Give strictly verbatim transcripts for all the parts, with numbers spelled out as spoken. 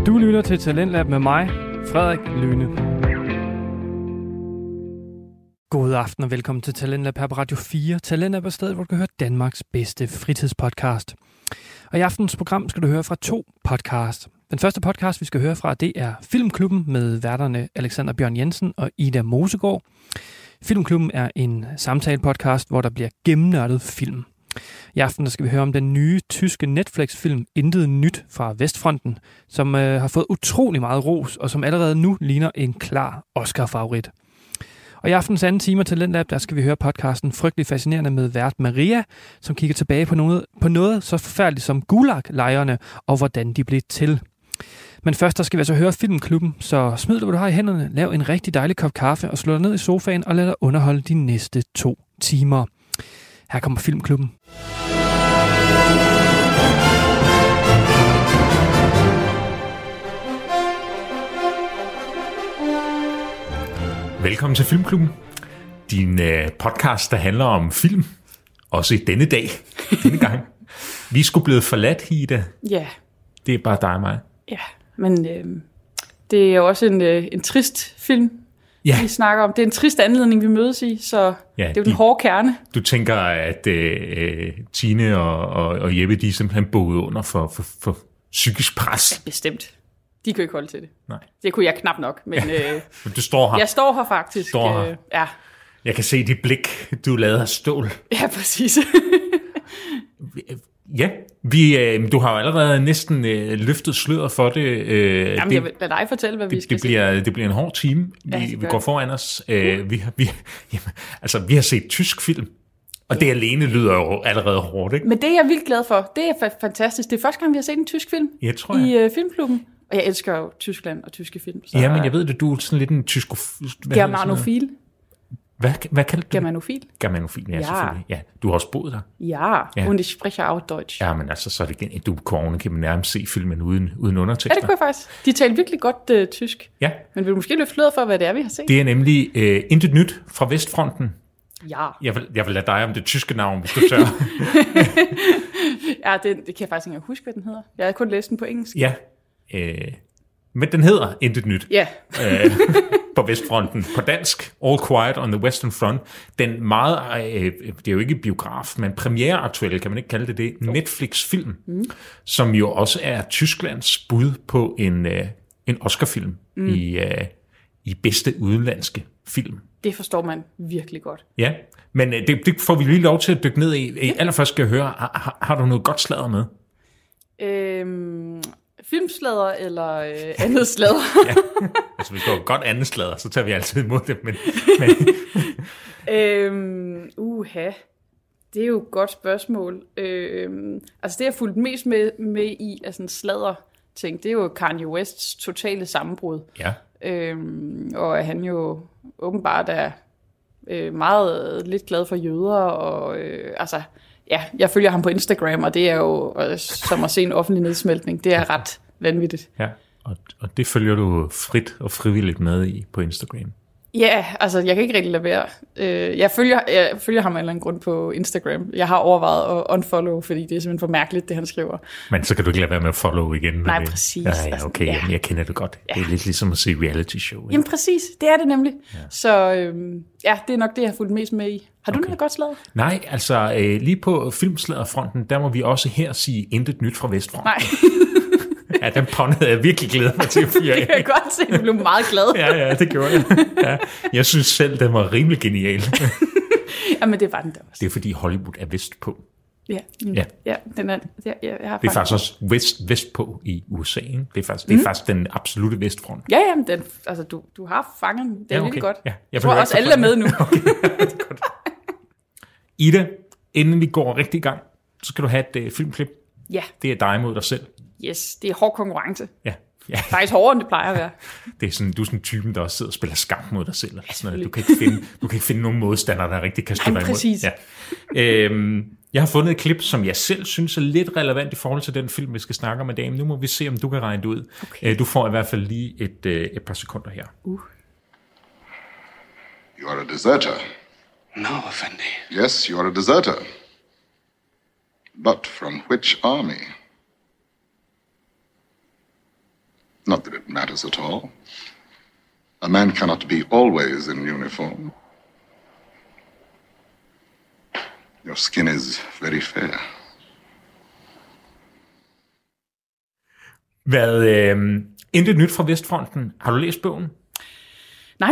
Du lytter til Talentlab med mig, Frederik Lyne. God aften og velkommen til Talentlab her på Radio fire. Talentlab er stedet, hvor du kan høre Danmarks bedste fritidspodcast. Og i aftens program skal du høre fra to podcasts. Den første podcast, vi skal høre fra, det er Filmklubben med værterne Alexander Bjørn Jensen og Ida Mosegaard. Filmklubben er en samtale-podcast, hvor der bliver gennemnørdet film. I aften der skal vi høre om den nye tyske Netflix-film Intet Nyt fra Vestfronten, som øh, har fået utrolig meget ros, og som allerede nu ligner en klar Oscar-favorit. Og i aftens anden time af Talentlab, der skal vi høre podcasten Frygtelig Fascinerende med vært Maria, som kigger tilbage på noget, på noget så forfærdeligt som Gulag-lejrene og hvordan de blev til. Men først der skal vi altså høre Filmklubben, så smid det, hvad du har i hænderne, lav en rigtig dejlig kop kaffe og slå dig ned i sofaen og lad dig underholde de næste to timer. Her kommer Filmklubben. Velkommen til Filmklubben, din øh, podcast, der handler om film, også i denne dag, denne gang. Vi er sgu blevet forladt, Ida. Ja. Det er bare dig og mig. Ja, men øh, det er jo også en, øh, en trist film, ja. Vi snakker om. Det er en trist anledning, vi mødes i, så ja, det er jo de, den hårde kerne. Du tænker, at øh, Tine og, og, og Jeppe, de er simpelthen boet under for, for, for psykisk pres. Ja, bestemt. De kunne ikke holde til det. Nej. Det kunne jeg knap nok, men, ja. øh, men du står her. Jeg står her faktisk. Står her. Øh, ja. Jeg kan se dit blik, du er lavet af stål. Ja, præcis. Ja, vi, øh, du har jo allerede næsten øh, løftet sløret for det. Øh, Jamen, det, jeg vil lade dig fortælle, hvad det, vi skal det bliver, det bliver en hård time, vi, ja, vi går foran os. Øh, vi, har, vi, jamen, altså, vi har set tysk film, og ja. Det alene lyder jo allerede hårdt, ikke? Men det er jeg vildt glad for. Det er fa- fantastisk. Det er første gang, vi har set en tysk film ja, tror jeg. i øh, Filmklubben. Og jeg elsker jo Tyskland og tyske film. Så ja, men jeg ved det, du er sådan lidt en tysko... Germanofil. Hvad, hvad kaldte du Germanofil. Germanofil, ja, ja, selvfølgelig. Ja, du har også boet der. Ja, ja. Und ich spreche auch Deutsch. Ja, men altså, så er det du kan ovenikøbet nærmest se filmen uden, uden undertekster. Ja, det kunne jeg faktisk. De taler virkelig godt uh, tysk. Ja. Men vil du måske løfte sløret for, hvad det er, vi har set? Det er nemlig uh, Intet Nyt fra Vestfronten. Ja. Jeg vil, jeg vil lade dig om det tyske navn, hvis du tør. ja, det, det kan jeg faktisk ikke huske, hvad den hedder. Jeg har kun læst den på engelsk. Ja, øh, men den hedder Intet Nyt. Ja. øh, på Vestfronten. På dansk, All Quiet on the Western Front. Den meget, øh, det er jo ikke biograf, men premiereaktuelle, kan man ikke kalde det det, Netflix-film, mm. som jo også er Tysklands bud på en, øh, en Oscar-film mm. i, øh, i bedste udenlandske film. Det forstår man virkelig godt. Ja, men øh, det, det får vi lige lov til at dykke ned i. Ja. Allerførst skal jeg høre, har, har du noget godt sladder med? Øhm... Filmsladder eller øh, andet sladder? ja, altså hvis du har godt andet sladder, så tager vi altid imod det. Men, men. øhm, uha, det er jo et godt spørgsmål. Øhm, altså det, jeg har fulgt mest med, med i af sådan sladder ting, det er jo Kanye Wests totale sammenbrud. Ja. Øhm, og han jo åbenbart er øh, meget lidt glad for jøder, og øh, altså... Ja, jeg følger ham på Instagram, og det er jo øh, som at se en offentlig nedsmeltning. Det er ret vanvittigt. Ja, og, og det følger du frit og frivilligt med i på Instagram. Ja, altså jeg kan ikke rigtig lade være. Øh, jeg, følger, jeg følger ham af en eller anden grund på Instagram. Jeg har overvejet at unfollow, fordi det er simpelthen for mærkeligt, det han skriver. Men så kan du ikke lade være med at follow igen. Nej, det. præcis. Ja, ja, okay, ja. Jamen, jeg kender det godt. Ja. Det er lidt ligesom at se reality show. Ja. Jamen præcis, det er det nemlig. Ja. Så øhm, ja, det er nok det, jeg har fulgt mest med i. Har du okay. noget godt slag? Nej, altså øh, lige på filmsladderfronten, der må vi også her sige Intet Nyt fra Vestfronten. Nej. Ja, den pånd havde jeg virkelig glædet mig til at fyre af. Det kan jeg godt se, du blev meget glad. ja, ja, det gjorde jeg. Ja, jeg synes selv, den var rimelig genial. Jamen, det var den der også. Det er fordi Hollywood er vestpå. Ja, ja. ja, den er, ja, jeg har det er faktisk også vest, vestpå i U S A. Ikke? Det, er faktisk, mm. det er faktisk den absolutte vestfront. Ja, ja, men den, altså, du, du har fanget den. Det er ja, okay. Virkelig godt. Ja, jeg, jeg tror også, alle er med nu. Okay. Det er godt. Ida, inden vi går rigtig i gang, så skal du have et uh, filmklip. Ja. Det er dig mod dig selv. Yes, det er hård konkurrence. Ja. Ja. Faktisk hårdere, end det plejer at være. Det er sådan, du er sådan typen, der også sidder og spiller skam mod dig selv. Ja, sådan du, kan ikke finde, du kan ikke finde nogen modstander, der rigtig kan stå dig imod. Præcis. Ja. Øhm, jeg har fundet et klip, som jeg selv synes er lidt relevant i forhold til den film, vi skal snakke om i dag. Nu må vi se, om du kan regne det ud. Okay. Du får i hvert fald lige et, et par sekunder her. Uh. You are a deserter. No, Effendi. Yes, you are a deserter. But from which army? Not that it matters at all. A man cannot be always in uniform. Your skin is very fair. Hvad, øh, intet nyt fra Vestfronten. Har du læst bogen? Nej,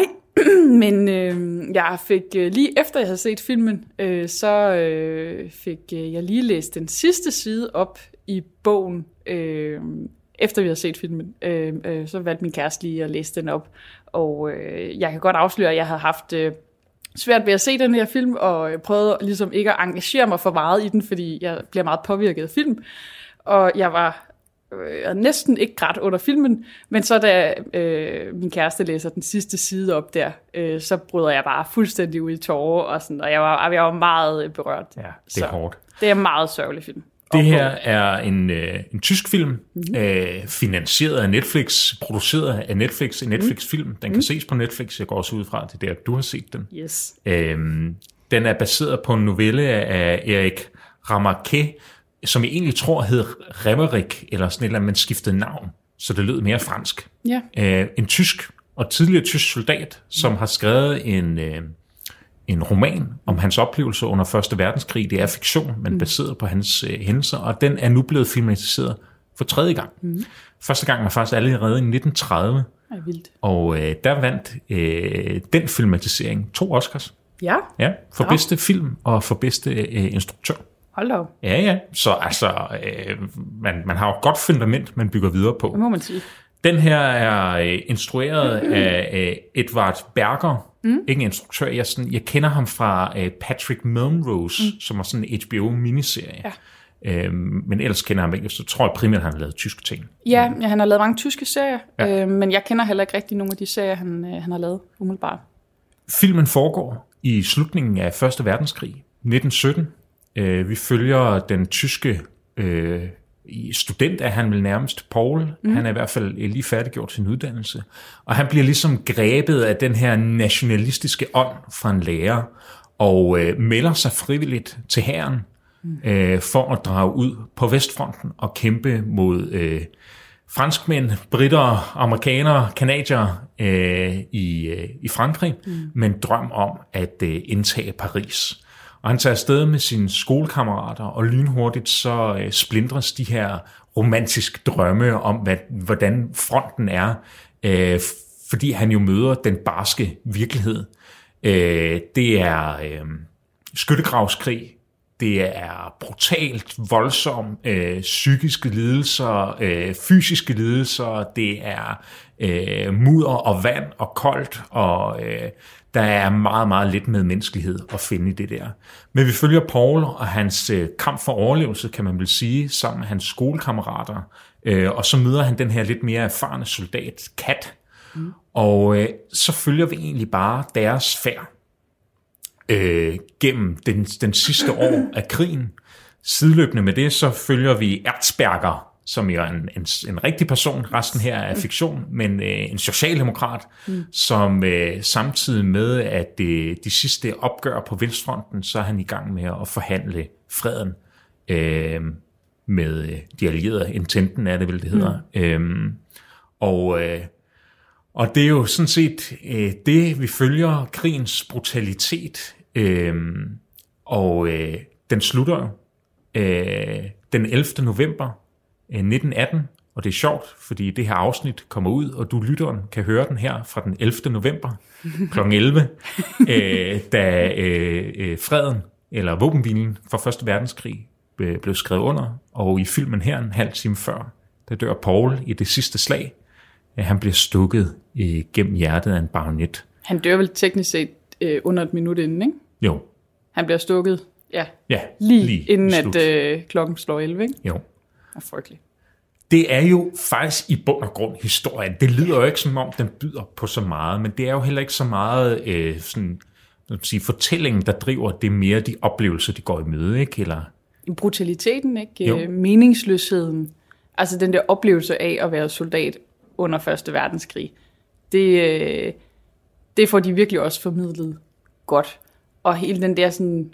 men øh, jeg fik øh, lige efter jeg havde set filmen, øh, så øh, fik øh, jeg lige læst den sidste side op i bogen, øh, efter vi havde set filmen. Øh, øh, så valgte min kæreste lige at læse den op, og øh, jeg kan godt afsløre, at jeg havde haft øh, svært ved at se den her film, og jeg prøvede ligesom ikke at engagere mig for meget i den, fordi jeg bliver meget påvirket af film, og jeg var Jeg næsten ikke grædt under filmen, men så da øh, min kæreste læser den sidste side op der, øh, så bryder jeg bare fuldstændig ud i tårer, og, sådan, og jeg, var, jeg var meget berørt. Ja, det er så hårdt. Det er en meget sørgelig film. Det her er en, øh, en tysk film, mm-hmm. øh, finansieret af Netflix, produceret af Netflix, en Netflix-film. Den kan mm-hmm. ses på Netflix, jeg går også ud fra, det der, du har set den. Yes. Øhm, den er baseret på en novelle af Erik Remarque, som jeg egentlig tror hed Remmerich, eller sådan et eller andet, men skiftede navn, så det lød mere fransk. Ja. Øh, en tysk og tidligere tysk soldat, som ja. har skrevet en, øh, en roman om hans oplevelser under første verdenskrig. Det er fiktion, men mm. baseret på hans øh, hændelser, og den er nu blevet filmatiseret for tredje gang. Mm. Første gang var faktisk allerede i nitten tredive, det er vildt. Og øh, der vandt øh, den filmatisering to Oscars. Ja. Ja, for ja. bedste film og for bedste øh, instruktør. Hold da. Ja, ja. Så altså, øh, man, man har jo et godt fundament, man bygger videre på. Det må man sige. Den her er øh, instrueret mm-hmm. af øh, Edvard Berger. Mm. Ikke en instruktør. Jeg, sådan, jeg kender ham fra øh, Patrick Melrose, mm. som er sådan en H B O-miniserie. Ja. Øhm, men ellers kender jeg ham ikke. Så tror jeg primært, han har lavet tyske ting. Ja, ja, han har lavet mange tyske serier. Ja. Øh, men jeg kender heller ikke rigtig nogle af de serier, han, øh, han har lavet umiddelbart. Filmen foregår i slutningen af første verdenskrig, nitten sytten. Vi følger den tyske øh, student, er han vel nærmest, Paul. Mm. Han er i hvert fald lige færdiggjort sin uddannelse. Og han bliver ligesom grebet af den her nationalistiske ånd fra en lærer, og øh, melder sig frivilligt til hæren mm. øh, for at drage ud på Vestfronten og kæmpe mod øh, franskmænd, britter, amerikanere, kanadiere øh, i, øh, i Frankrig, mm. med en drøm om at øh, indtage Paris. Og han tager afsted med sine skolekammerater, og lynhurtigt så øh, splindres de her romantiske drømme om, hvad, hvordan fronten er, øh, fordi han jo møder den barske virkelighed. Øh, det er øh, skyttegravskrig, det er brutalt, voldsomt, øh, psykiske lidelser, øh, fysiske lidelser, det er øh, mudder og vand og koldt, og øh, der er meget, meget lidt med menneskelighed at finde i det der. Men vi følger Paul og hans øh, kamp for overlevelse, kan man vel sige, sammen med hans skolekammerater, øh, og så møder han den her lidt mere erfarne soldat, Kat, mm. og øh, så følger vi egentlig bare deres færd øh, gennem den, den sidste år af krigen. Sideløbende med det, så følger vi Erzberger, som jo er en, en, en rigtig person, resten her er fiktion, men øh, en socialdemokrat, mm. som øh, samtidig med, at øh, de sidste opgør på Vestfronten, så er han i gang med at forhandle freden øh, med de allierede. Intenten er det vel, det hedder. Mm. Øhm, og, øh, og det er jo sådan set øh, det, vi følger, krigens brutalitet, øh, og øh, den slutter øh, den ellevte november nitten atten, og det er sjovt, fordi det her afsnit kommer ud, og du lytteren kan høre den her fra den ellevte november klokken elleve, øh, da øh, freden, eller våbenhvilen fra første verdenskrig øh, blev skrevet under, og i filmen her en halv time før, der dør Paul i det sidste slag. Han bliver stukket øh, gennem hjertet af en bajonet. Han dør vel teknisk set øh, under et minut inden, ikke? Jo. Han bliver stukket, ja, ja lige, lige inden at øh, klokken slår elleve, ikke? Jo. Og frygteligt. Det er jo faktisk i bund og grund historien. Det lyder jo ikke som om, den byder på så meget, men det er jo heller ikke så meget øh, sådan, sige, fortællingen, der driver det mere de oplevelser, de går i møde, ikke? Eller brutaliteten, ikke? Jo. Meningsløsheden. Altså den der oplevelse af at være soldat under første verdenskrig. Det, det får de virkelig også formidlet godt. Og hele den der sådan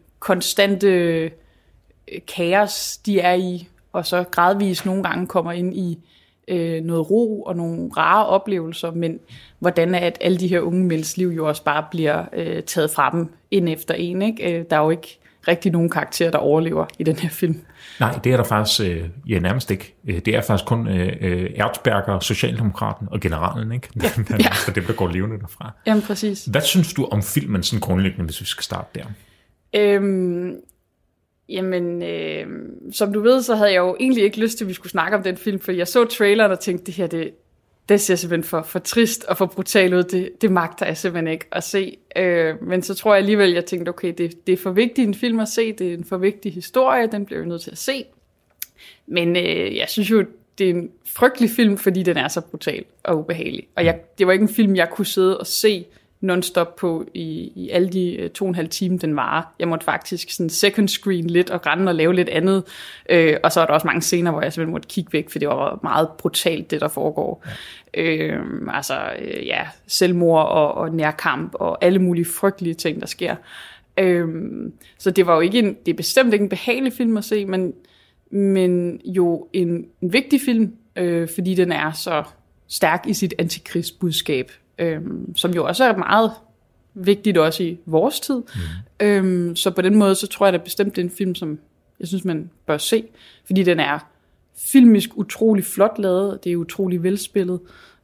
konstante kaos, de er i, og så gradvist nogle gange kommer ind i øh, noget ro og nogle rare oplevelser, men hvordan er at alle de her unge mænds liv jo også bare bliver øh, taget fra dem en efter en, ikke? Øh, der er jo ikke rigtig nogen karakterer, der overlever i den her film. Nej, det er der faktisk øh, ja, nærmest ikke. Det er faktisk kun øh, Erzberger, Socialdemokraten og generalen, ikke? Ja, ja. Det er dem, der går levende derfra. Jamen, præcis. Hvad synes du om filmen sådan grundlæggende, hvis vi skal starte der? Øhm, jamen, øh, som du ved, så havde jeg jo egentlig ikke lyst til, at vi skulle snakke om den film, for jeg så traileren og tænkte, det her, det, det ser simpelthen for, for trist og for brutalt ud. Det, det magter jeg simpelthen ikke at se. Øh, men så tror jeg alligevel, jeg tænkte, okay, det, det er for vigtigt en film at se, det er en for vigtig historie, den bliver vi nødt til at se. Men øh, jeg synes jo, det er en frygtelig film, fordi den er så brutal og ubehagelig. Og jeg, det var ikke en film, jeg kunne sidde og se non-stop på i, i alle de to og en halv time, den varer. Jeg måtte faktisk sådan second screen lidt og rende og lave lidt andet. Øh, og så er der også mange scener, hvor jeg simpelthen måtte kigge væk, for det var meget brutalt, det der foregår. Ja. Øh, altså, øh, ja, selvmord og, og nærkamp og alle mulige frygtelige ting, der sker. Øh, så det var jo ikke en, det er bestemt ikke en behagelig film at se, men, men jo en, en vigtig film, øh, fordi den er så stærk i sit antikrigsbudskab. Øhm, som jo også er meget vigtigt også i vores tid. Mm. Øhm, så på den måde, så tror jeg da bestemt, det er en film, som jeg synes, man bør se, fordi den er filmisk utrolig flot lavet, det er utrolig velspillet,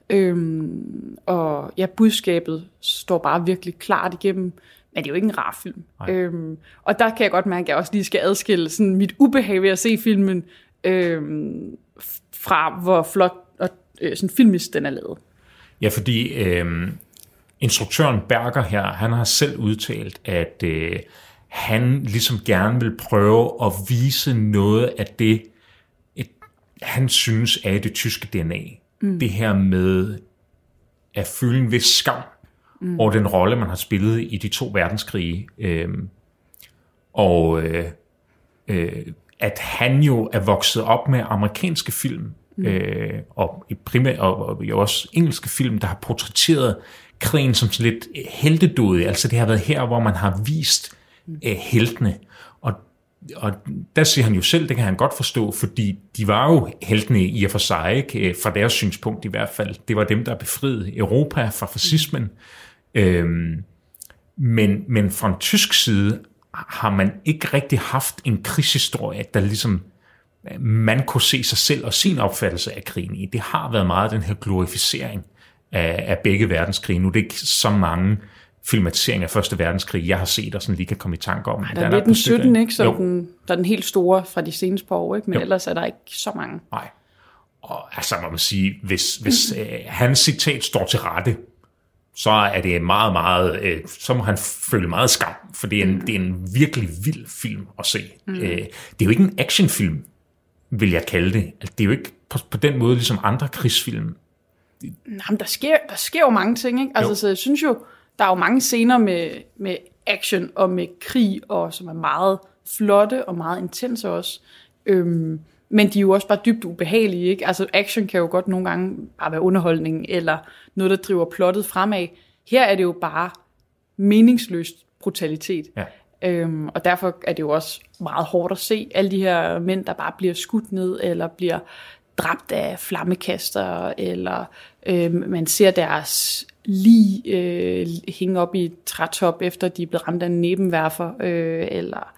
øhm, og ja, budskabet står bare virkelig klart igennem, men det er jo ikke en rar film. Øhm, og der kan jeg godt mærke, at jeg også lige skal adskille sådan mit ubehag ved at se filmen, øhm, fra hvor flot og øh, sådan filmisk den er lavet. Ja, fordi øh, instruktøren Berger her, han har selv udtalt, at øh, han ligesom gerne vil prøve at vise noget af det, et, han synes er i det tyske D N A. Mm. Det her med at føle en vis skam mm. over den rolle, man har spillet i de to verdenskrige. Øh, og øh, øh, at han jo er vokset op med amerikanske film, Mm. Øh, og, primært, og, og jo også engelske film, der har portrætteret krigen som sådan lidt heltedådig. Altså det har været her, hvor man har vist mm. øh, heltene. Og, og der siger han jo selv, det kan han godt forstå, fordi de var jo heltene i og for sig, ikke? Fra deres synspunkt i hvert fald. Det var dem, der befriede Europa fra fascismen. Mm. Øhm, men, men fra en tysk side har man ikke rigtig haft en krigshistorie, der ligesom man kunne se sig selv og sin opfattelse af krigen i. Det har været meget den her glorificering af, af begge verdenskrige. Nu er det ikke så mange filmatiseringer af Første Verdenskrig, jeg har set og sådan lige kan komme i tanke om. Ej, der er nitten sytten, ikke? Så den, der er den helt store fra de seneste par år, ikke? Men jo. Ellers er der ikke så mange. Nej. Og altså må man sige, hvis, hvis mm. øh, hans citat står til rette, så er det meget, meget, øh, så må han føle meget skam, for det er en, mm. det er en virkelig vild film at se. Mm. Øh, det er jo ikke en actionfilm, vil jeg kalde det. Altså, det er jo ikke på, på den måde ligesom andre krigsfilm. Nej, men der sker, der sker jo mange ting, ikke? Altså, så jeg synes jo, der er jo mange scener med, med action og med krig, og som er meget flotte og meget intense også. Øhm, men de er jo også bare dybt ubehagelige, ikke? Altså, action kan jo godt nogle gange bare være underholdning, eller noget, der driver plottet fremad. Her er det jo bare meningsløst brutalitet. Ja. Øhm, og derfor er det jo også meget hårdt at se alle de her mænd, der bare bliver skudt ned, eller bliver dræbt af flammekaster, eller øh, man ser deres lig øh, hænge op i et trætop, efter de er blevet ramt af en nebenwerfer, øh, eller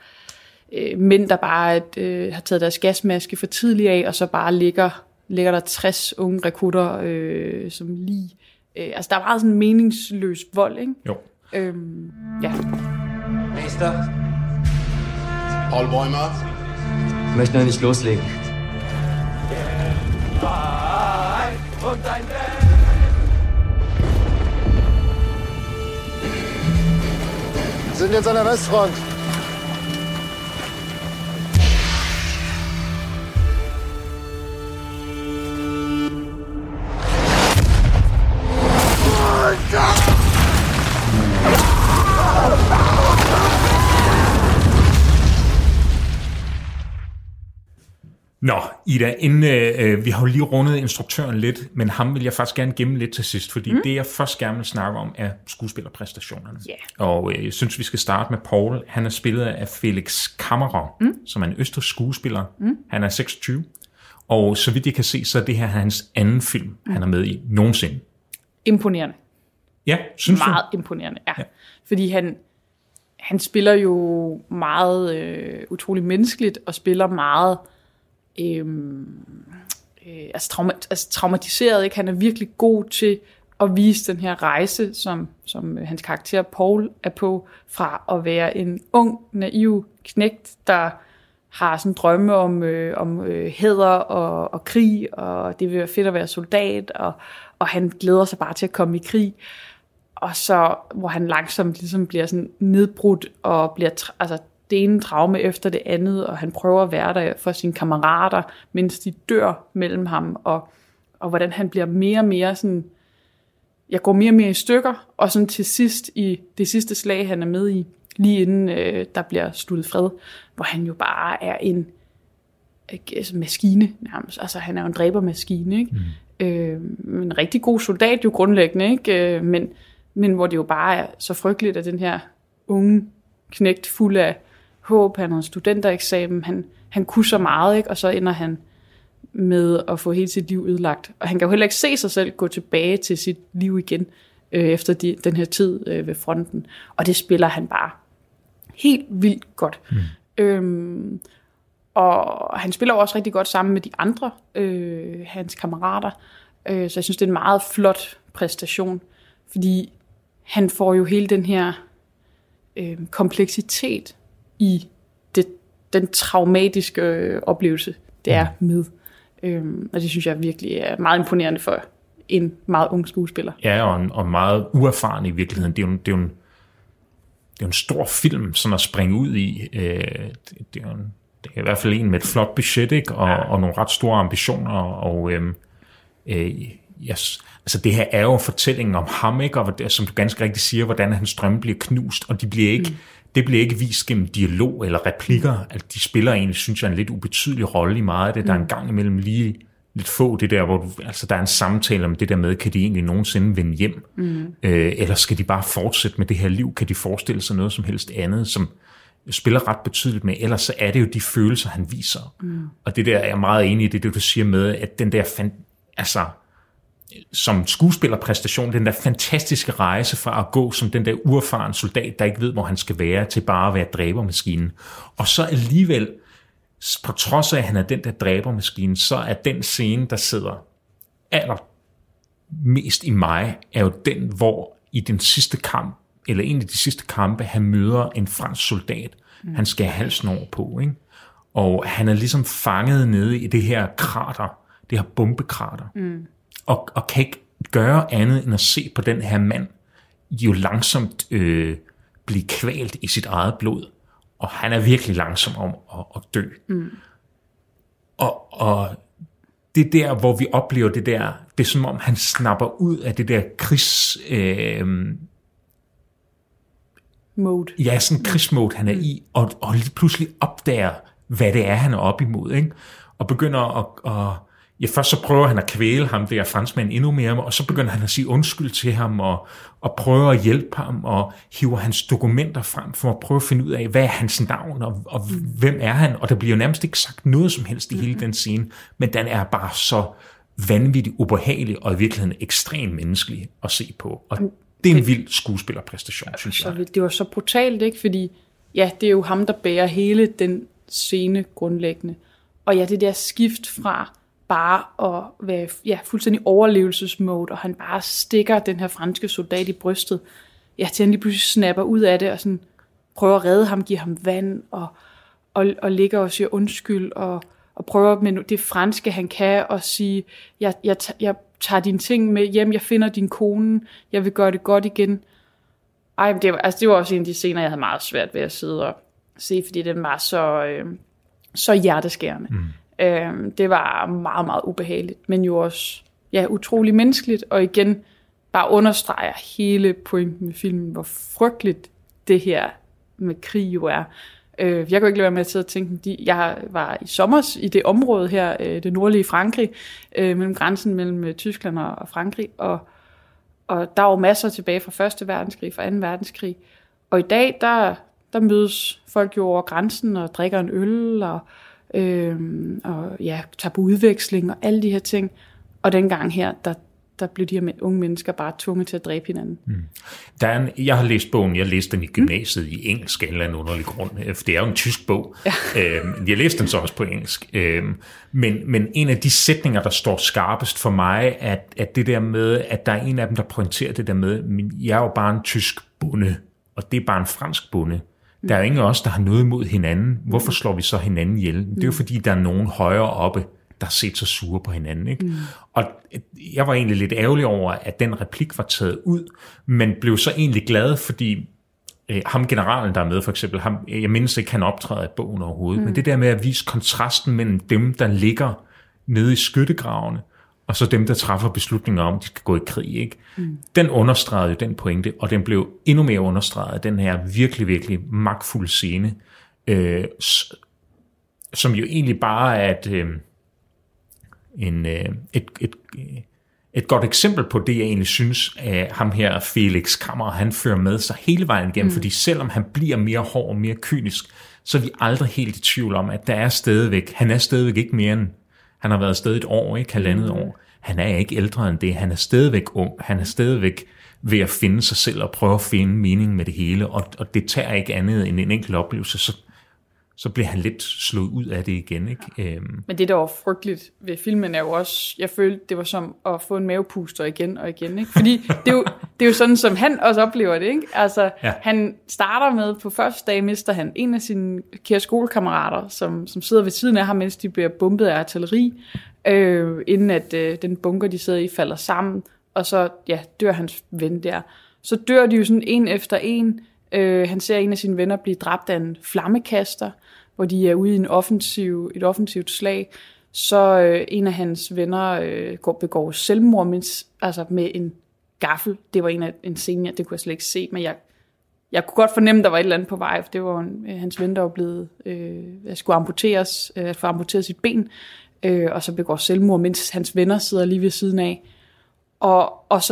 øh, mænd, der bare øh, har taget deres gasmaske for tidligt af, og så bare ligger, ligger der tres unge rekrutter øh, som lig. Øh, altså der er meget sådan meningsløs vold, ikke? Jo. Øhm, ja. Meister? Paul Bäumer? Ich möchte noch nicht loslegen. Und ein Wir sind jetzt an der Westfront. Nå, Ida, inden, øh, vi har jo lige rundet instruktøren lidt, men ham vil jeg faktisk gerne gemme lidt til sidst, fordi mm. det, jeg først gerne vil snakke om, er skuespillerpræstationerne. Yeah. Og øh, jeg synes, vi skal starte med Paul. Han er spillet af Felix Kammerer, mm. som er en østrigsk skuespiller. Mm. Han er seksogtyve, Og så vidt jeg kan se, så er det her hans anden film, mm. han er med i nogensinde. Imponerende. Ja, synes Meget du? imponerende, ja. Ja. Fordi han, han spiller jo meget øh, utrolig menneskeligt, og spiller meget øh, øh, altså, trauma- altså traumatiseret. Ikke? Han er virkelig god til at vise den her rejse, som, som hans karakter Paul er på, fra at være en ung, naiv knægt, der har sådan drømme om, øh, om øh, hæder og, og krig, og det vil være fedt at være soldat, og, og han glæder sig bare til at komme i krig. Og så, hvor han langsomt ligesom bliver sådan nedbrudt, og bliver tra- altså, det ene traume efter det andet, og han prøver at være der for sine kammerater, mens de dør mellem ham, og, og hvordan han bliver mere og mere sådan, jeg går mere og mere i stykker, og sådan til sidst i det sidste slag, han er med i, lige inden øh, der bliver sluttet fred, hvor han jo bare er en altså maskine nærmest. Altså han er jo en dræbermaskine, ikke? Mm. Øh, en rigtig god soldat jo grundlæggende, ikke? Øh, men, men hvor det jo bare er så frygteligt, at den her unge knægt fuld af håb, han har en studentereksamen, han, han kunne så meget, ikke? Og så ender han med at få hele sit liv ødelagt. Og han kan jo heller ikke se sig selv gå tilbage til sit liv igen, øh, efter de, den her tid øh, ved fronten. Og det spiller han bare helt vildt godt. Mm. Øhm, og han spiller også rigtig godt sammen med de andre, øh, hans kammerater. Øh, så jeg synes, det er en meget flot præstation, fordi han får jo hele den her øh, kompleksitet i det, den traumatiske øh, oplevelse, det er med. Øhm, og det synes jeg virkelig er meget imponerende for en meget ung skuespiller. Ja, og, en, og meget uerfaren i virkeligheden. Det er jo, det er jo en Det er en stor film, sådan at springe ud i. Det, det, er, en, det er i hvert fald en med et flot budget, ikke? Og, ja. og nogle ret store ambitioner. Og øhm, øh, yes. altså det her er jo fortællingen om ham, ikke? Og som du ganske rigtigt siger, hvordan hans drømme bliver knust, og de bliver ikke, mm. det bliver ikke vist gennem dialog eller replikker. Mm. Altså, de spiller egentlig, synes jeg, en lidt ubetydelig rolle i meget af det. Mm. Der er en gang imellem lige lidt få det der, hvor du, altså der er en samtale om det der med, kan de egentlig nogensinde vende hjem? Mm. Øh, eller skal de bare fortsætte med det her liv? Kan de forestille sig noget som helst andet, som spiller ret betydeligt med? Ellers så er det jo de følelser, han viser. Mm. Og det der er jeg meget enig i, det, det du siger med, at den der, fan, altså som skuespillerpræstation, den der fantastiske rejse fra at gå som den der uerfaren soldat, der ikke ved, hvor han skal være, til bare at være dræbermaskinen. Og så alligevel, på trods af, at han er den der dræbermaskine, så er den scene, der sidder allermest i mig, er jo den, hvor i den sidste kamp, eller en af de sidste kampe, han møder en fransk soldat. Mm. Han skal have halsen over på, ikke? Og han er ligesom fanget nede i det her krater, det her bombekrater, mm. og, og kan ikke gøre andet end at se på den her mand jo langsomt øh, blive kvalt i sit eget blod. Og han er virkelig langsom om at, at dø. Mm. Og, og det er der, hvor vi oplever det der, det er som om han snapper ud af det der krigs... Øh, mode. Ja, sådan en krigsmode, han er mm. i, og, og lige pludselig opdager, hvad det er, han er op imod, ikke? Og begynder at... at ja, først så prøver han at kvæle ham, der franskmand, endnu mere, og så begynder han at sige undskyld til ham, og, og prøver at hjælpe ham, og hiver hans dokumenter frem, for at prøve at finde ud af, hvad er hans navn, og, og mm. hvem er han? Og der bliver jo nærmest ikke sagt noget som helst i mm. hele den scene, men den er bare så vanvittigt ubehagelig, og i virkeligheden ekstremt menneskelig at se på. Og det er en vild skuespillerpræstation, synes jeg. Det var så brutalt, ikke? Fordi ja, det er jo ham, der bærer hele den scene grundlæggende. Og ja, det der skift fra bare at være ja, fuldstændig overlevelsesmode, og han bare stikker den her franske soldat i brystet, ja, til han lige pludselig snapper ud af det, og sådan prøver at redde ham, give ham vand, og, og, og ligger og siger undskyld, og, og prøver med det franske, han kan, og sige, jeg, jeg, jeg tager dine ting med hjem, jeg finder din kone, jeg vil gøre det godt igen. Ej, det var, altså, det var også en af de scener, jeg havde meget svært ved at sidde og se, fordi den var så, øh, så hjerteskærende. Mm. Øh, det var meget, meget ubehageligt, men jo også ja, utrolig menneskeligt, og igen bare understreger hele pointen med filmen, hvor frygteligt det her med krig jo er. Øh, jeg kunne ikke lade være med at sidde og tænke, fordi jeg var i sommer i det område her, øh, det nordlige Frankrig, øh, mellem grænsen mellem Tyskland og Frankrig, og, og der var masser tilbage fra første verdenskrig, fra anden verdenskrig, og i dag, der, der mødes folk jo over grænsen og drikker en øl, og øh, og ja, tager på udveksling og alle de her ting. Og dengang her, der, der blev de her unge mennesker bare tvunget til at dræbe hinanden. Mm. Der er en, jeg har læst bogen, jeg læste den i gymnasiet mm. i engelsk, eller en underlig grund, for det er jo en tysk bog. Ja. øhm, jeg læste den så også på engelsk. Øhm, men, men en af de sætninger, der står skarpest for mig, at, at det der med, at der er en af dem, der pointerer det der med, men jeg er jo bare en tysk bonde, og det er bare en fransk bonde. Der er jo ingen af os, der har noget imod hinanden. Hvorfor slår vi så hinanden ihjel? Det er jo fordi, der er nogen højere oppe, der har set sig sure på hinanden. Ikke? Mm. Og jeg var egentlig lidt ærgerlig over, at den replik var taget ud, men blev så egentlig glad, fordi øh, ham generalen, der er med for eksempel, ham, jeg mindes ikke, han optræder i bogen overhovedet, mm. men det der med at vise kontrasten mellem dem, der ligger nede i skyttegravene, og så dem, der træffer beslutninger om, at de skal gå i krig. Ikke? Mm. Den understregede jo den pointe, og den blev endnu mere understreget af den her virkelig, virkelig magtfulde scene, øh, som jo egentlig bare er et, øh, en, øh, et, et, et godt eksempel på det, jeg egentlig synes, at ham her, Felix Kammerer, han fører med sig hele vejen igennem, mm. fordi selvom han bliver mere hård og mere kynisk, så er vi aldrig helt i tvivl om, at der er stadigvæk, han er stadigvæk ikke mere end, han har været afsted et år, ikke halvandet år. Han er ikke ældre end det. Han er stadigvæk ung. Han er stadigvæk ved at finde sig selv og prøve at finde mening med det hele. Og, og det tager ikke andet end en enkelt oplevelse. Så, så bliver han lidt slået ud af det igen. Ikke? Øhm. Men det, der var frygteligt ved filmen, er jo også, jeg følte, det var som at få en mavepuster igen og igen. Ikke? Fordi det er, jo, det er jo sådan, som han også oplever det. Ikke? Altså, ja. Han starter med, på første dag mister han en af sine kære skolekammerater, som, som sidder ved siden af ham, mens de bliver bombet af artilleri, øh, inden at øh, den bunker, de sidder i, falder sammen, og så ja, dør hans ven der. Så dør de jo sådan en efter en. Øh, han ser en af sine venner blive dræbt af en flammekaster, hvor de er ude i en offensiv, et offensivt slag. Så øh, en af hans venner øh, går, begår selvmord mens, altså med en gaffel. Det var en af en scene, det kunne jeg slet ikke se, men jeg, jeg kunne godt fornemme, der var et eller andet på vej. For det var en, øh, hans ven, der var blevet, øh, skulle amputeres, øh, få amputeret sit ben, øh, og så begår selvmord, mens hans venner sidder lige ved siden af. Og, og så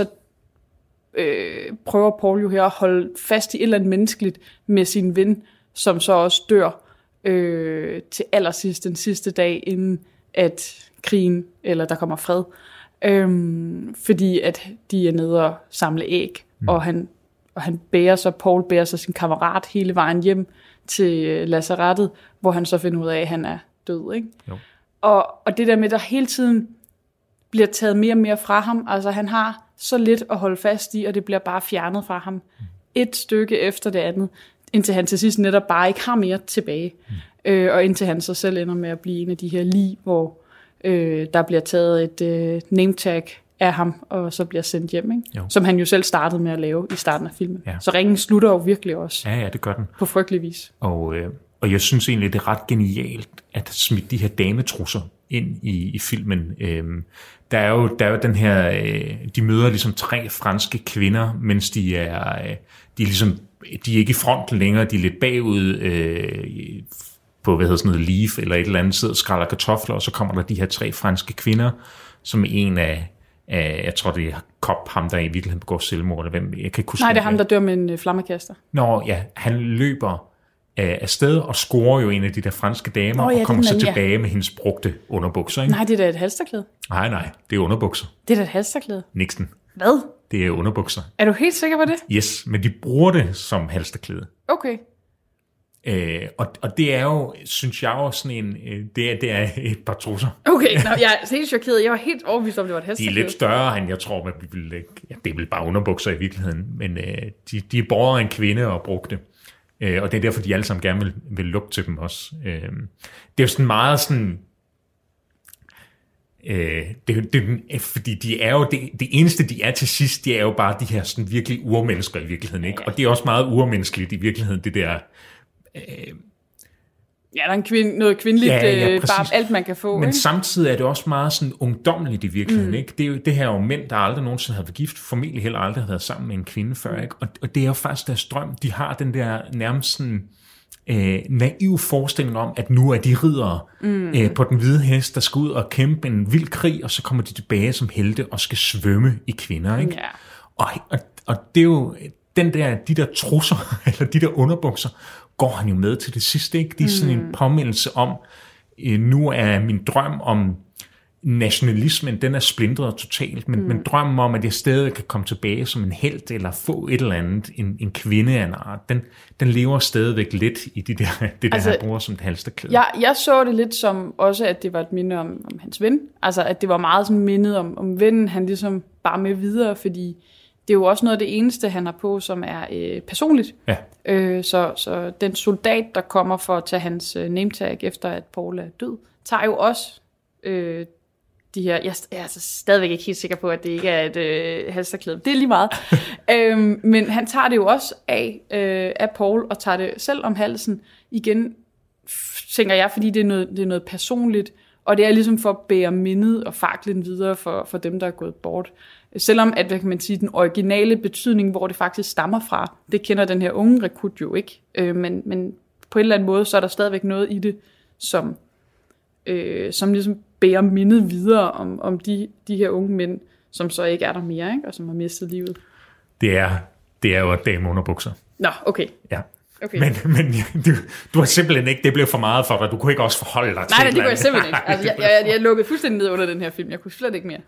øh, prøver Paul jo her at holde fast i et eller andet menneskeligt med sin ven, som så også dør øh, til allersidst, den sidste dag, inden at krigen, eller der kommer fred. Øhm, fordi at de er nede og samle æg, mm. og han og han bærer så, Paul bærer så sin kammerat hele vejen hjem til lazarettet, hvor han så finder ud af, at han er død, ikke? Jo. Og, og det der med, der hele tiden bliver taget mere og mere fra ham, altså han har så lidt at holde fast i, og det bliver bare fjernet fra ham, mm. et stykke efter det andet, indtil han til sidst netop bare ikke har mere tilbage, mm. øh, og indtil han så selv ender med at blive en af de her lig, hvor Øh, der bliver taget et øh, name tag af ham, og så bliver sendt hjem, ikke? Som han jo selv startede med at lave i starten af filmen. Ja. Så ringen slutter jo virkelig også. Ja, ja, det gør den. På frygtelig vis. Og, øh, og jeg synes egentlig, det er ret genialt, at smide de her dametrusser ind i, i filmen. Øhm, der, er jo, der er jo den her, øh, de møder ligesom tre franske kvinder, mens de er, øh, de er ligesom, de er ikke i fronten længere, de er lidt bagud, øh, på, hvad hedder sådan noget, leaf eller et eller andet, sidder og skræller kartofler, og så kommer der de her tre franske kvinder, som en af, af jeg tror det er Kop, ham der i virkeligheden begår selvmord, eller hvem, jeg kan ikke huske. Nej, det er ham, der dør med en flammekaster. Nå ja, han løber af afsted og scorer jo en af de der franske damer, oh, ja, og kommer så tilbage ja. med hendes brugte underbukser. Ikke? Nej, det er da et halsterklæde. Nej, nej, det er underbukser. Det er da et halsterklæde. Nixon. Hvad? Det er underbukser. Er du helt sikker på det? Yes, men de bruger det som halsterklæde. Okay. Øh, og, og det er jo, synes jeg jo sådan en, øh, det, er, det er et par trusser. Okay, nå, jeg er helt chokeret. Jeg var helt overbevist om, det var et halsterklæde. De er lidt større, end jeg tror, man ville, ja, det er vel bare underbukser i virkeligheden, men øh, de, de er båret af en kvinde og brugte. Øh, og det er derfor, de alle sammen gerne vil, vil lugte til dem også. Øh, det er jo sådan meget sådan, øh, det, det, fordi de er jo, det, det eneste de er til sidst, de er jo bare de her sådan virkelig urmennesker i virkeligheden, ikke? Og det er også meget urmenneskeligt i virkeligheden, det der. Ja, der er en kvinde, noget kvindeligt, ja, ja, bare alt man kan få. Men ikke? samtidig er det også meget sådan ungdommeligt i virkeligheden. Mm. Ikke? Det, er jo, det her er jo mænd, der aldrig nogensinde har været gift, formentlig heller aldrig har været sammen med en kvinde før. Ikke? Og, og det er jo faktisk deres drøm. De har den der nærmest sådan, øh, naiv forestilling om, at nu er de riddere mm. øh, på den hvide hest, der skal ud og kæmpe en vild krig, og så kommer de tilbage som helte og skal svømme i kvinder. Ikke? Ja. Og, og, og det er jo den der, de der trusser, eller de der underbukser, går han jo med til det sidste, ikke? Det er sådan mm. en påmindelse om, øh, nu er min drøm om nationalismen, den er splintret totalt, men, mm. men drømmen om, at jeg stadig kan komme tilbage som en helt, eller få et eller andet, en, en kvinde af en art, den, den lever stadigvæk lidt i de der, det altså, der, han bruger som et halsterklæde. Jeg, jeg så det lidt som også, at det var et minde om, om hans ven, altså at det var meget sådan mindet om, om vennen, han ligesom bare med videre, fordi det er jo også noget af det eneste, han har på, som er øh, personligt. Ja. Øh, så, så den soldat, der kommer for at tage hans øh, nametag, efter at Paul er død, tager jo også øh, de her, jeg er altså stadigvæk ikke helt sikker på, at det ikke er et øh, halsterklæde. Det er lige meget. øhm, men han tager det jo også af, øh, af Paul, og tager det selv om halsen. Igen, tænker jeg, fordi det er noget, det er noget personligt, og det er ligesom for at bære mindet og faklen videre for, for dem, der er gået bort. Selvom, at, hvad kan man sige, den originale betydning, hvor det faktisk stammer fra, det kender den her unge rekrut jo ikke. Øh, men, men på en eller anden måde, så er der stadigvæk noget i det, som, øh, som ligesom bærer mindet videre om, om de, de her unge mænd, som så ikke er der mere, ikke? Og som har mistet livet. Det er, det er jo et dameunderbukser. Nå, okay. Ja. Okay. Men, men du, du har simpelthen ikke, det blev for meget for dig, du kunne ikke også forholde dig nej, til nej, det kunne jeg simpelthen ikke. Altså, jeg, jeg, jeg lukkede fuldstændig ned under den her film, jeg kunne slet ikke mere.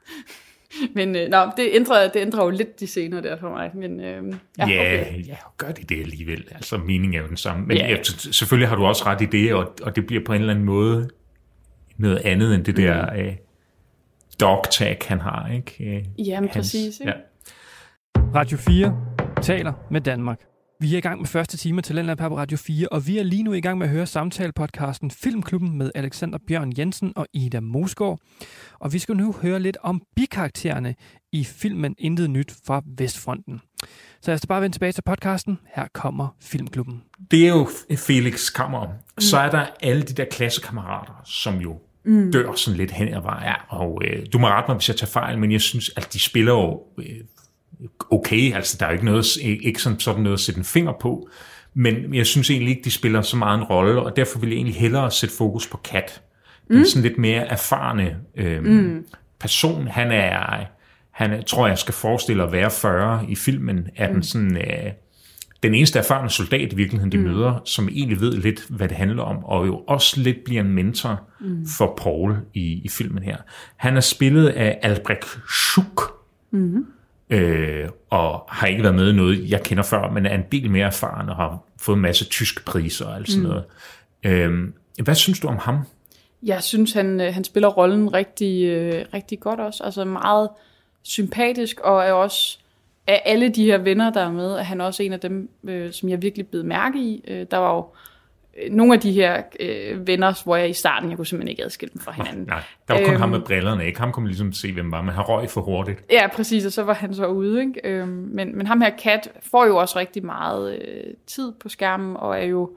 Men øh, nå, det ændrer, det ændrer jo lidt de scener der for mig. Men, øh, ja, ja, okay. ja, gør det det alligevel. Altså, meningen er jo den samme. Men ja. ja, selvfølgelig har du også ret i det, og, og det bliver på en eller anden måde noget andet end det mm. der øh, dog tag, han har, ikke? Øh, Jamen, hans, præcis. Ikke? Ja. Radio fire taler med Danmark. Vi er i gang med første time til Talentlab her på Radio fire, og vi er lige nu i gang med at høre samtale-podcasten Filmklubben med Alexander Bjørn Jensen og Ida Mosgaard. Og vi skal nu høre lidt om bikaraktererne i filmen Intet Nyt fra Vestfronten. Så jeg skal bare vende tilbage til podcasten. Her kommer Filmklubben. Det er jo Felix Kammer. Mm. Så er der alle de der klassekammerater, som jo mm. dør sådan lidt hen ad vejen. Ja. Og øh, du må rette mig, hvis jeg tager fejl, men jeg synes, at de spiller jo øh, okay. Altså, der er jo ikke, noget, ikke sådan, sådan noget at sætte en finger på. Men jeg synes egentlig ikke, de spiller så meget en rolle, og derfor vil jeg egentlig hellere sætte fokus på Kat. Den mm. sådan lidt mere erfarne øh, mm. person. Han er, han er, tror jeg, skal forestille at være fyrre i filmen, er mm. den sådan... Øh, den eneste erfarne soldat i virkeligheden, de mm. møder, som egentlig ved lidt, hvad det handler om, og jo også lidt bliver en mentor mm. for Paul i, i filmen her. Han er spillet af Albrecht Schuck, mm. øh, og har ikke været med i noget, jeg kender før, men er en del mere erfaren og har fået en masse tyske priser og alt sådan mm. noget. Øh, hvad synes du om ham? Jeg synes, han, han spiller rollen rigtig, øh, rigtig godt også. Altså meget sympatisk, og er også... Af alle de her venner, der er med, er han også en af dem, øh, som jeg virkelig blev mærke i. Øh, der var jo øh, nogle af de her øh, venner, hvor jeg i starten, jeg kunne simpelthen ikke adskille dem fra hinanden. Nej, der var kun øhm, ham med brillerne, ikke? Ham kunne man ligesom se, hvem var, men han røg for hurtigt. Ja, præcis, og så var han så ude, ikke? Øhm, men, men ham her, Kat, får jo også rigtig meget øh, tid på skærmen, og er jo,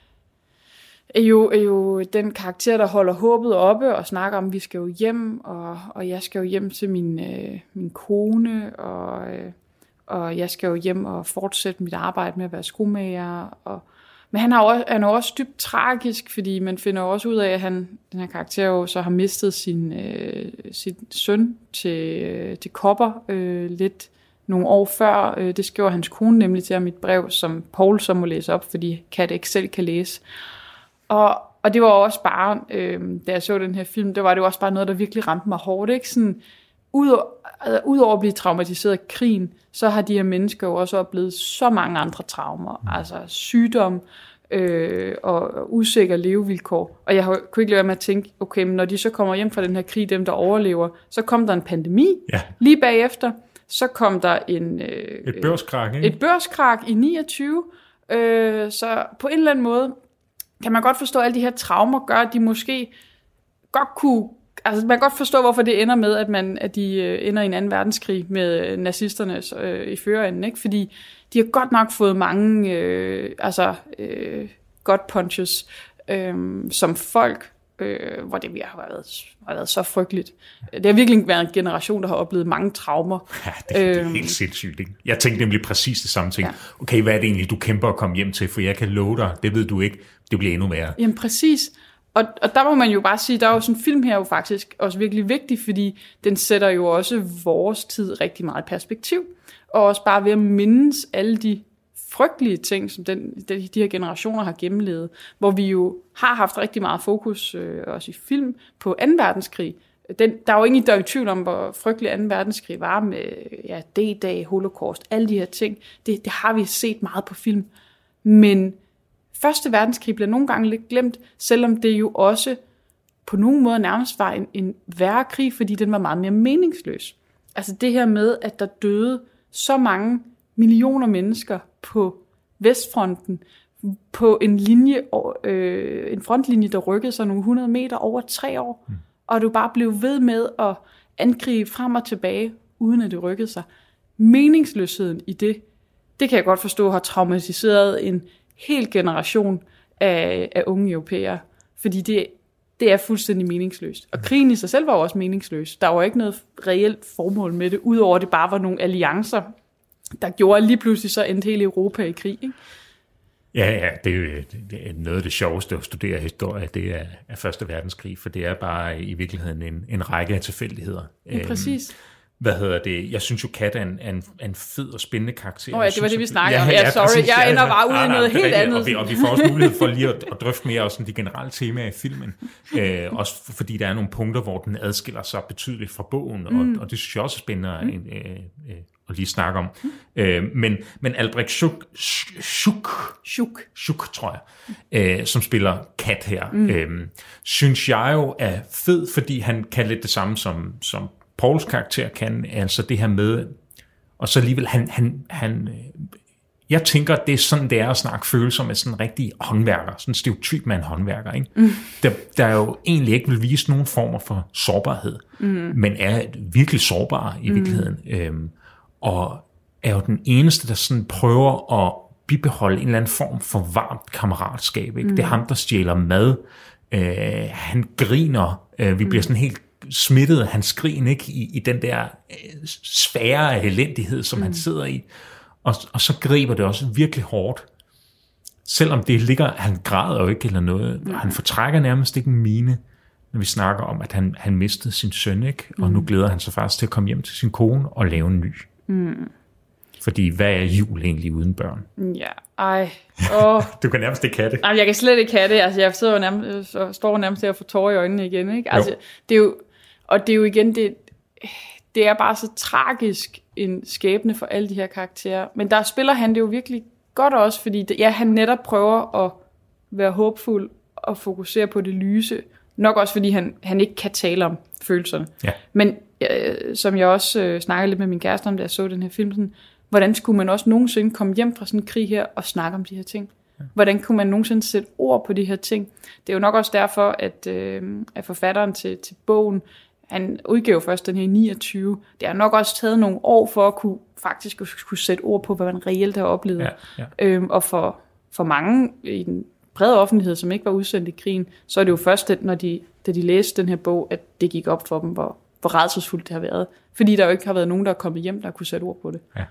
er, jo, er jo den karakter, der holder håbet oppe, og snakker om, vi skal jo hjem, og, og jeg skal jo hjem til min, øh, min kone, og... Øh, og jeg skal jo hjem og fortsætte mit arbejde med at være skomager. Og... Men han er, også, han er også dybt tragisk, fordi man finder også ud af, at han, den her karakter jo så har mistet sin, øh, sin søn til, øh, til kopper øh, lidt nogle år før. Øh, det skriver hans kone nemlig til ham i et brev, som Paul så må læse op, fordi Kat ikke selv kan læse. Og, og det var også bare, øh, da jeg så den her film, der var det jo også bare noget, der virkelig ramte mig hårdt, ikke? Sådan, Udover, altså, udover at blive traumatiseret af krigen, så har de her mennesker jo også oplevet så mange andre traumer, mm. altså sygdom øh, og usikre levevilkår. Og jeg kunne ikke lade være med at tænke, okay, men når de så kommer hjem fra den her krig, dem der overlever, så kom der en pandemi ja. lige bagefter, så kom der en, øh, et børskrak, ikke? Et børskrak i niogtyve, øh, så på en eller anden måde kan man godt forstå, at alle de her traumer gør, at de måske godt kunne. Altså, man kan godt forstå, hvorfor det ender med, at, man, at de øh, ender i en anden verdenskrig med nazisterne øh, i førerenden, ikke? Fordi de har godt nok fået mange øh, altså, øh, gut punches øh, som folk, øh, hvor det har været, har været så frygteligt. Det har virkelig været en generation, der har oplevet mange traumer. Ja, det, det er øhm, helt sindssygt, ikke? Jeg tænkte nemlig præcis det samme ting. Ja. Okay, hvad er det egentlig, du kæmper at komme hjem til? For jeg kan love dig, det ved du ikke, det bliver endnu værre. Jamen præcis. Og, og der må man jo bare sige, der er jo sådan en film her jo faktisk også virkelig vigtig, fordi den sætter jo også vores tid rigtig meget i perspektiv. Og også bare ved at mindes alle de frygtelige ting, som den, de, de her generationer har gennemlevet, hvor vi jo har haft rigtig meget fokus, øh, også i film, på anden verdenskrig. Den, der er jo ingen, der er i tvivl om, hvor frygtelig anden verdenskrig var med ja, D-dag, holocaust, alle de her ting. Det, det har vi set meget på film. Men første verdenskrig bliver nogle gange lidt glemt, selvom det jo også på nogle måder nærmest var en, en værre krig, fordi den var meget mere meningsløs. Altså det her med, at der døde så mange millioner mennesker på Vestfronten, på en linje, øh, en frontlinje, der rykkede sig nogle hundrede meter over tre år, mm. og du bare blev ved med at angribe frem og tilbage, uden at det rykkede sig. Meningsløsheden i det, det kan jeg godt forstå, har traumatiseret en hel generation af, af unge europæere, fordi det, det er fuldstændig meningsløst. Og krigen i sig selv var også meningsløs. Der var ikke noget reelt formål med det, udover at det bare var nogle alliancer, der gjorde lige pludselig så endte hele Europa i krig, ikke? Ja, ja, det er jo det er noget af det sjoveste at studere historie, det er, er første verdenskrig, for det er bare i virkeligheden en, en række af tilfældigheder. Ja, præcis. Hvad hedder det? Jeg synes jo, Kat er en, en, en fed og spændende karakter. Åh oh, ja, det var det, vi snakkede om. Ja, ja, sorry, præcis. Jeg ender bare ud i noget helt andet. Og vi, og vi får også mulighed for lige at, at drøfte mere også de generelle temaer i filmen. Øh, også fordi der er nogle punkter, hvor den adskiller sig betydeligt fra bogen, mm. og, og det synes jeg også er spændende mm. øh, øh, at lige snakke om. Mm. Øh, men, men Albrecht Schuck, Schuck, Schuck, Schuck tror jeg, øh, som spiller Kat her, mm. øh, synes jeg jo er fed, fordi han kan lidt det samme som, som Pauls karakter kan, altså det her med, og så alligevel, han, han, han, jeg tænker, det er sådan, det er at snakke følelser med sådan en rigtig håndværker, sådan en stereotyp med en håndværker, ikke? Mm. Der, der jo egentlig ikke vil vise nogen former for sårbarhed, mm. men er virkelig sårbar i virkeligheden, mm. øhm, og er jo den eneste, der sådan prøver at bibeholde en eller anden form for varmt kammeratskab, ikke? Mm. Det er ham, der stjæler mad, øh, han griner, øh, vi bliver sådan helt smittede hans grin, ikke, i, i den der øh, sfære af elendighed, som mm. han sidder i. Og, og så griber det også virkelig hårdt. Selvom det ligger, han græder jo ikke eller noget. Mm. Han fortrækker nærmest ikke en mine, når vi snakker om, at han, han mistede sin søn, ikke? Og mm. nu glæder han sig faktisk til at komme hjem til sin kone og lave en ny. Mm. Fordi hvad er jul egentlig uden børn? Ja, ej. Oh. Du kan nærmest ikke have det. Ej, jeg kan slet ikke have det. Altså, jeg sidder jo nærmest, står nærmest til at få tårer i øjnene igen, ikke? Altså, det er jo, og det er jo igen, det, det er bare så tragisk en skæbne for alle de her karakterer. Men der spiller han det jo virkelig godt også, fordi det, ja, han netop prøver at være håbfuld og fokusere på det lyse. Nok også, fordi han, han ikke kan tale om følelserne. Ja. Men øh, som jeg også øh, snakkede lidt med min kæreste om, da jeg så den her film, sådan, hvordan skulle man også nogensinde komme hjem fra sådan en krig her og snakke om de her ting? Ja. Hvordan kunne man nogensinde sætte ord på de her ting? Det er jo nok også derfor, at, øh, at forfatteren til, til bogen, han udgav først den her i niogtyve. Det har nok også taget nogle år for at kunne faktisk kunne sætte ord på, hvad man reelt har oplevet. Ja, ja. Øhm, og for, for mange i den brede offentlighed, som ikke var udsendt i krigen, så er det jo først, når de, da de læste den her bog, at det gik op for dem, hvor, hvor rædselsfuldt det har været. Fordi der jo ikke har været nogen, der er kommet hjem, der kunne sætte ord på det. Ja.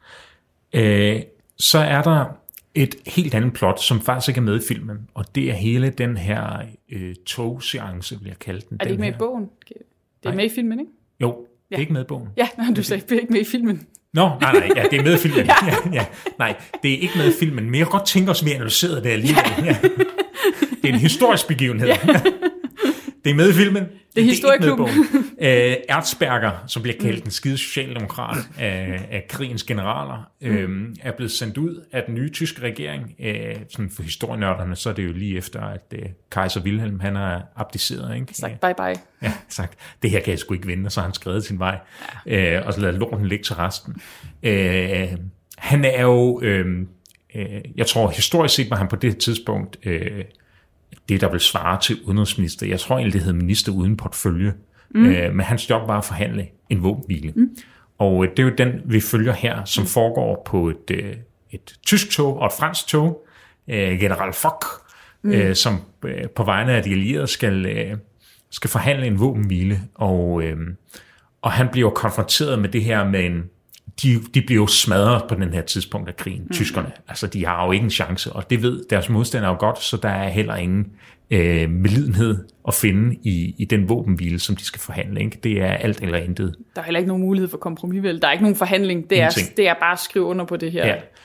Øh, så er der et helt andet plot, som faktisk ikke er med i filmen, og det er hele den her øh, togseance, vil jeg kalde den. Er det ikke med her. I bogen? Det er Nej. Med i filmen, ikke? Jo, det er ja. Ikke med i bogen. Ja, nej, du sagde, det er ikke med i filmen. Nå, nej, nej, ja, det er med i filmen. ja. Ja, ja. Nej, det er ikke med i filmen, men jeg kan godt tænke os, at vi analyserede det alligevel. Ja. Det er en historisk begivenhed. Ja. Det er med i filmen. Det er historieklubben. Uh, Erzberger, som bliver kaldt mm. den skide socialdemokrat af, af krigens generaler, mm. øhm, er blevet sendt ud af den nye tyske regering. Uh, sådan for historienørderne, så er det jo lige efter, at uh, kejser Wilhelm, han har abdiceret. Ikke? Sagt bye bye. Ja, sagt, det her kan jeg sgu ikke vinde, og så har han skrevet sin vej. Ja. Uh, og så lader lorten ligge til resten. Uh, han er jo, uh, uh, jeg tror historisk set var han på det tidspunkt, uh, det, der vil svare til udenrigsminister. Jeg tror egentlig, det hedder minister uden portfølje. Mm. Øh, men hans job var at forhandle en våbenhvile. Mm. Og øh, det er jo den, vi følger her, som mm. foregår på et, øh, et tysk tog og et fransk tog. Øh, General Foch, mm. øh, som øh, på vegne af de allierede skal, øh, skal forhandle en våbenhvile. Og, øh, og han bliver konfronteret med det her med en De, de bliver jo smadret på den her tidspunkt af krigen, mm. tyskerne. Altså, de har jo ikke en chance, og det ved deres modstandere jo godt, så der er heller ingen øh, medlidenhed at finde i, i den våbenhvile, som de skal forhandle. Ikke? Det er alt eller intet. Der er heller ikke nogen mulighed for kompromis, vel? Der er ikke nogen forhandling. Det er, det er bare at skrive under på det her.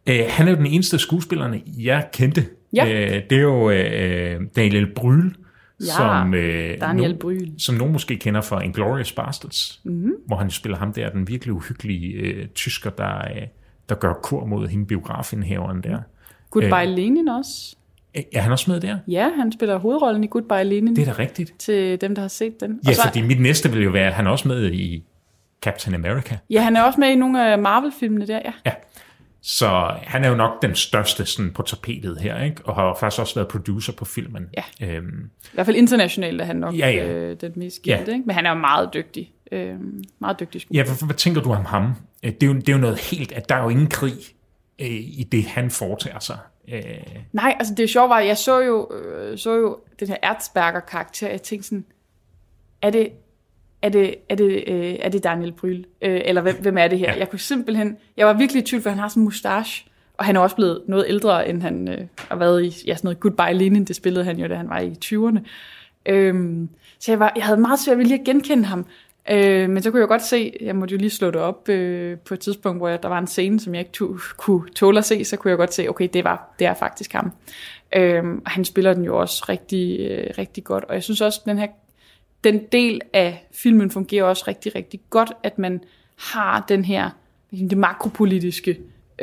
Øh, han er jo den eneste af skuespillerne, jeg kendte. Ja. Øh, det er jo øh, Daniel Brühl, Ja, som, øh, Daniel no, Brühl. som nogen måske kender fra Inglourious Basterds, mm-hmm. hvor han spiller ham der, den virkelig uhyggelige øh, tysker, der, øh, der gør kur mod hende biografindhaveren der. Goodbye øh, Lenin også. Er han også med der? Ja, han spiller hovedrollen i Goodbye Lenin. Det er da rigtigt. Til dem, der har set den. Ja, og så, fordi mit næste vil jo være, at han er også med i Captain America. Ja, han er også med i nogle af Marvel-filmene der, ja. Ja. Så han er jo nok den største sådan, på tapetet her, ikke? Og har faktisk også været producer på filmen. Ja. Øhm, I hvert fald internationalt er han nok ja, ja. Øh, den mest kendte, ja. ikke? Men han er jo meget dygtig. Øh, meget dygtig skuespiller. Ja, hvad, hvad tænker du om ham? Det er jo, det er jo noget helt, at der er jo ingen krig øh, i det, han foretager sig. Øh. Nej, altså det sjove var, at jeg så jo, øh, så jo den her Erzberger-karakter, jeg tænkte sådan, er det... Er det, er, det, øh, er det Daniel Brühl? Øh, eller hvem, hvem er det her? Ja. Jeg kunne simpelthen... Jeg var virkelig i tvivl, for han har sådan en mustache. Og han er også blevet noget ældre, end han øh, har været i ja, sådan noget Goodbye Lenin. Det spillede han jo, da han var i tyverne. Øhm, så jeg, var, jeg havde meget svært ved lige at genkende ham. Øh, men så kunne jeg godt se... Jeg måtte jo lige slå det op øh, på et tidspunkt, hvor jeg, der var en scene, som jeg ikke to, kunne tåle at se. Så kunne jeg godt se, okay, det, var, det er faktisk ham. Øhm, og han spiller den jo også rigtig, øh, rigtig godt. Og jeg synes også, den her... Den del af filmen fungerer også rigtig, rigtig godt, at man har den her, det makropolitiske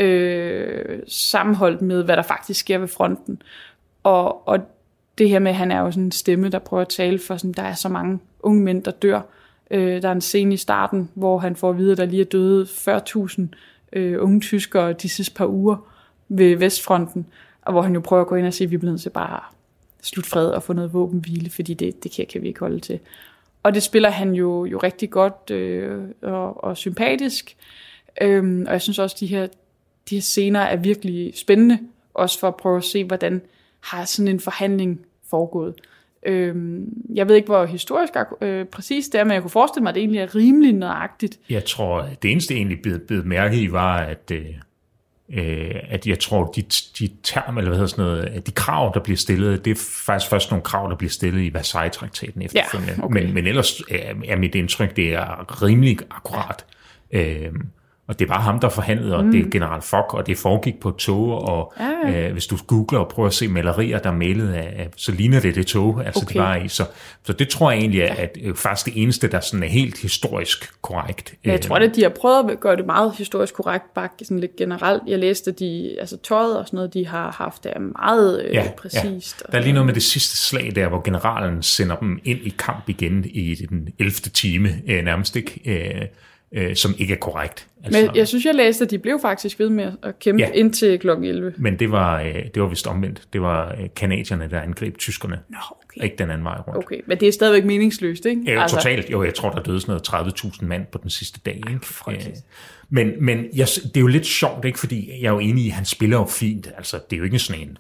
øh, sammenholdt med, hvad der faktisk sker ved fronten. Og, og det her med, at han er jo sådan en stemme, der prøver at tale for, sådan, der er så mange unge mænd, der dør. Øh, der er en scene i starten, hvor han får at vide, at der lige er døde fyrre tusind øh, unge tyskere de sidste par uger ved Vestfronten, og hvor han jo prøver at gå ind og sige, at vi bliver nødt til bare slut fred og få noget våbenhvile, fordi det, det kan, kan vi ikke holde til. Og det spiller han jo, jo rigtig godt øh, og, og sympatisk. Øhm, og jeg synes også, at de her, de her scener er virkelig spændende, også for at prøve at se, hvordan har sådan en forhandling foregået. Øhm, jeg ved ikke, hvor historisk øh, præcis det er, men jeg kunne forestille mig, at det egentlig er rimelig nøjagtigt. Jeg tror, det eneste egentlig blev, blev mærke i, var, at... Øh Øh, at jeg tror, de, de term, eller hvad hedder sådan noget, at de krav, der bliver stillet, det er faktisk først nogle krav, der bliver stillet i Versailles-traktaten efterfølgende. Ja, okay. men, men ellers er, er mit indtryk, det er rimelig akkurat. Øh, og det var ham, der forhandlede, og mm. det er general Foch, og det foregik på et tog, og ja. øh, hvis du googler og prøver at se malerier, der er malet af, så ligner det det tog, altså okay. det var i. Så, så det tror jeg egentlig er ja. at, at faktisk det eneste, der sådan er helt historisk korrekt. Ja, jeg tror, at de har prøvet at gøre det meget historisk korrekt, bare sådan lidt generelt. Jeg læste, at de, altså tøjet og sådan noget, de har haft, det er meget øh, ja, præcist. Ja. Der er lige noget med det sidste slag der, hvor generalen sender dem ind i kamp igen i den ellevte time, øh, nærmest ikke, øh, øh, som ikke er korrekt. Altså, men jeg synes, jeg læste, at de blev faktisk ved med at kæmpe ja. indtil klokken elleve. Men det var, øh, det var vist omvendt. Det var kanadierne, der angreb tyskerne. Nå, okay. Ikke den anden vej rundt. Okay, men det er stadigvæk meningsløst, ikke? Ja, altså. Totalt. Jo, jeg tror, der døde sådan noget tredive tusind mand på den sidste dag. Ikke? Ej, men men jeg, det er jo lidt sjovt, ikke? Fordi jeg er jo enig i, at han spiller jo fint. Altså, det er jo ikke sådan en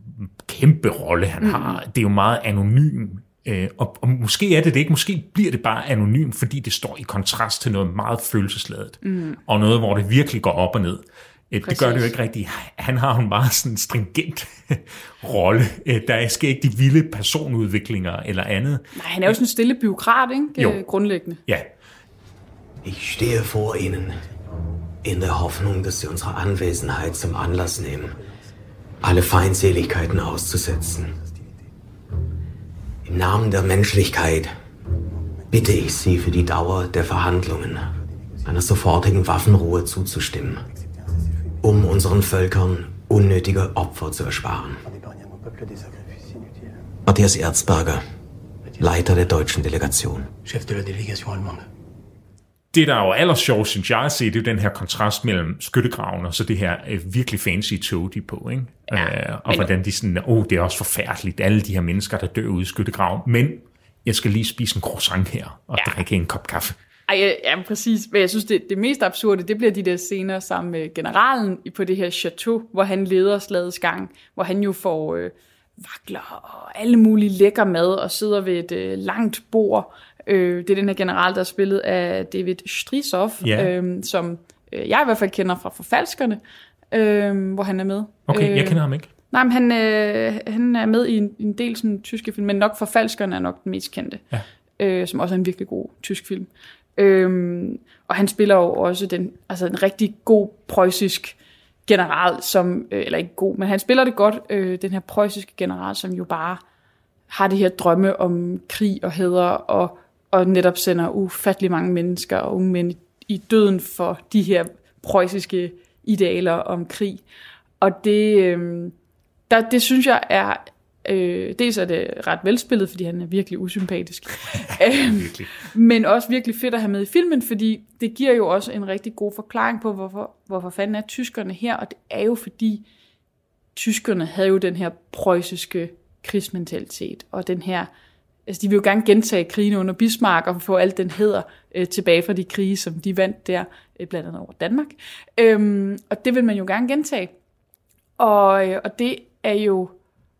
kæmpe rolle, han mm. har. Det er jo meget anonym. Øh, og, og måske er det det ikke. Måske bliver det bare anonym, fordi det står i kontrast til noget meget følelsesladet. Mm. Og noget, hvor det virkelig går op og ned. Præcis. Det gør det jo ikke rigtigt. Han har jo en meget sådan stringent rolle. Der sker ikke de vilde personudviklinger eller andet. Nej, han er jo sådan en stille bureaukrat, ikke? Jo. Grundlæggende. Ja. Ich stehe vor Ihnen, in der Hoffnung, dass Sie unsere Anwesenheit zum Anlass nehmen, alle Feindseligkeiten auszusetzen. Im Namen der Menschlichkeit bitte ich Sie für die Dauer der Verhandlungen einer sofortigen Waffenruhe zuzustimmen, um unseren Völkern unnötige Opfer zu ersparen. Matthias Erzberger, Leiter der deutschen Delegation. Chef de la délégation allemande. Det, der er jo allersjovt, synes jeg at se, det er jo den her kontrast mellem skyttegraven og så det her øh, virkelig fancy tog, de er på, ikke? Ja, øh, og hvordan de sådan, åh, oh, det er også forfærdeligt, alle de her mennesker, der dør ude i skyttegraven, men jeg skal lige spise en croissant her, og ja. drikke en kop kaffe. Ej, ja, præcis. Men jeg synes, det, det mest absurde, det bliver de der scener sammen med generalen på det her chateau, hvor han leder slagets gang, hvor han jo får øh, vakler og alle mulige lækker mad og sidder ved et øh, langt bord. Øh, det er den her general, der er spillet af David Strisov, yeah. øh, som øh, jeg i hvert fald kender fra Forfalskerne, øh, hvor han er med. Okay, jeg kender ham ikke. Nej, men han, øh, han er med i en, en del sådan, tyske film, men nok Forfalskerne er nok den mest kendte, ja. øh, som også er en virkelig god tysk film. Øhm, og han spiller jo også den, altså en rigtig god preussisk general, som, øh, eller ikke god, men han spiller det godt, øh, den her preussiske general, som jo bare har det her drømme om krig og hæder, og, og netop sender ufattelig mange mennesker og unge mænd i, i døden for de her preussiske idealer om krig. Og det, øh, der, det synes jeg er, øh, dels er det ret velspillet, fordi han er virkelig usympatisk, virkelig. Men også virkelig fedt at have med i filmen, fordi det giver jo også en rigtig god forklaring på, hvorfor, hvorfor fanden er tyskerne her, og det er jo fordi, tyskerne havde jo den her preussiske krigsmentalitet, og den her, altså de vil jo gerne gentage krigen under Bismarck, og få alt den hæder øh, tilbage fra de krige, som de vandt der, øh, blandt andet over Danmark. Øhm, og det vil man jo gerne gentage. Og, øh, og det er jo,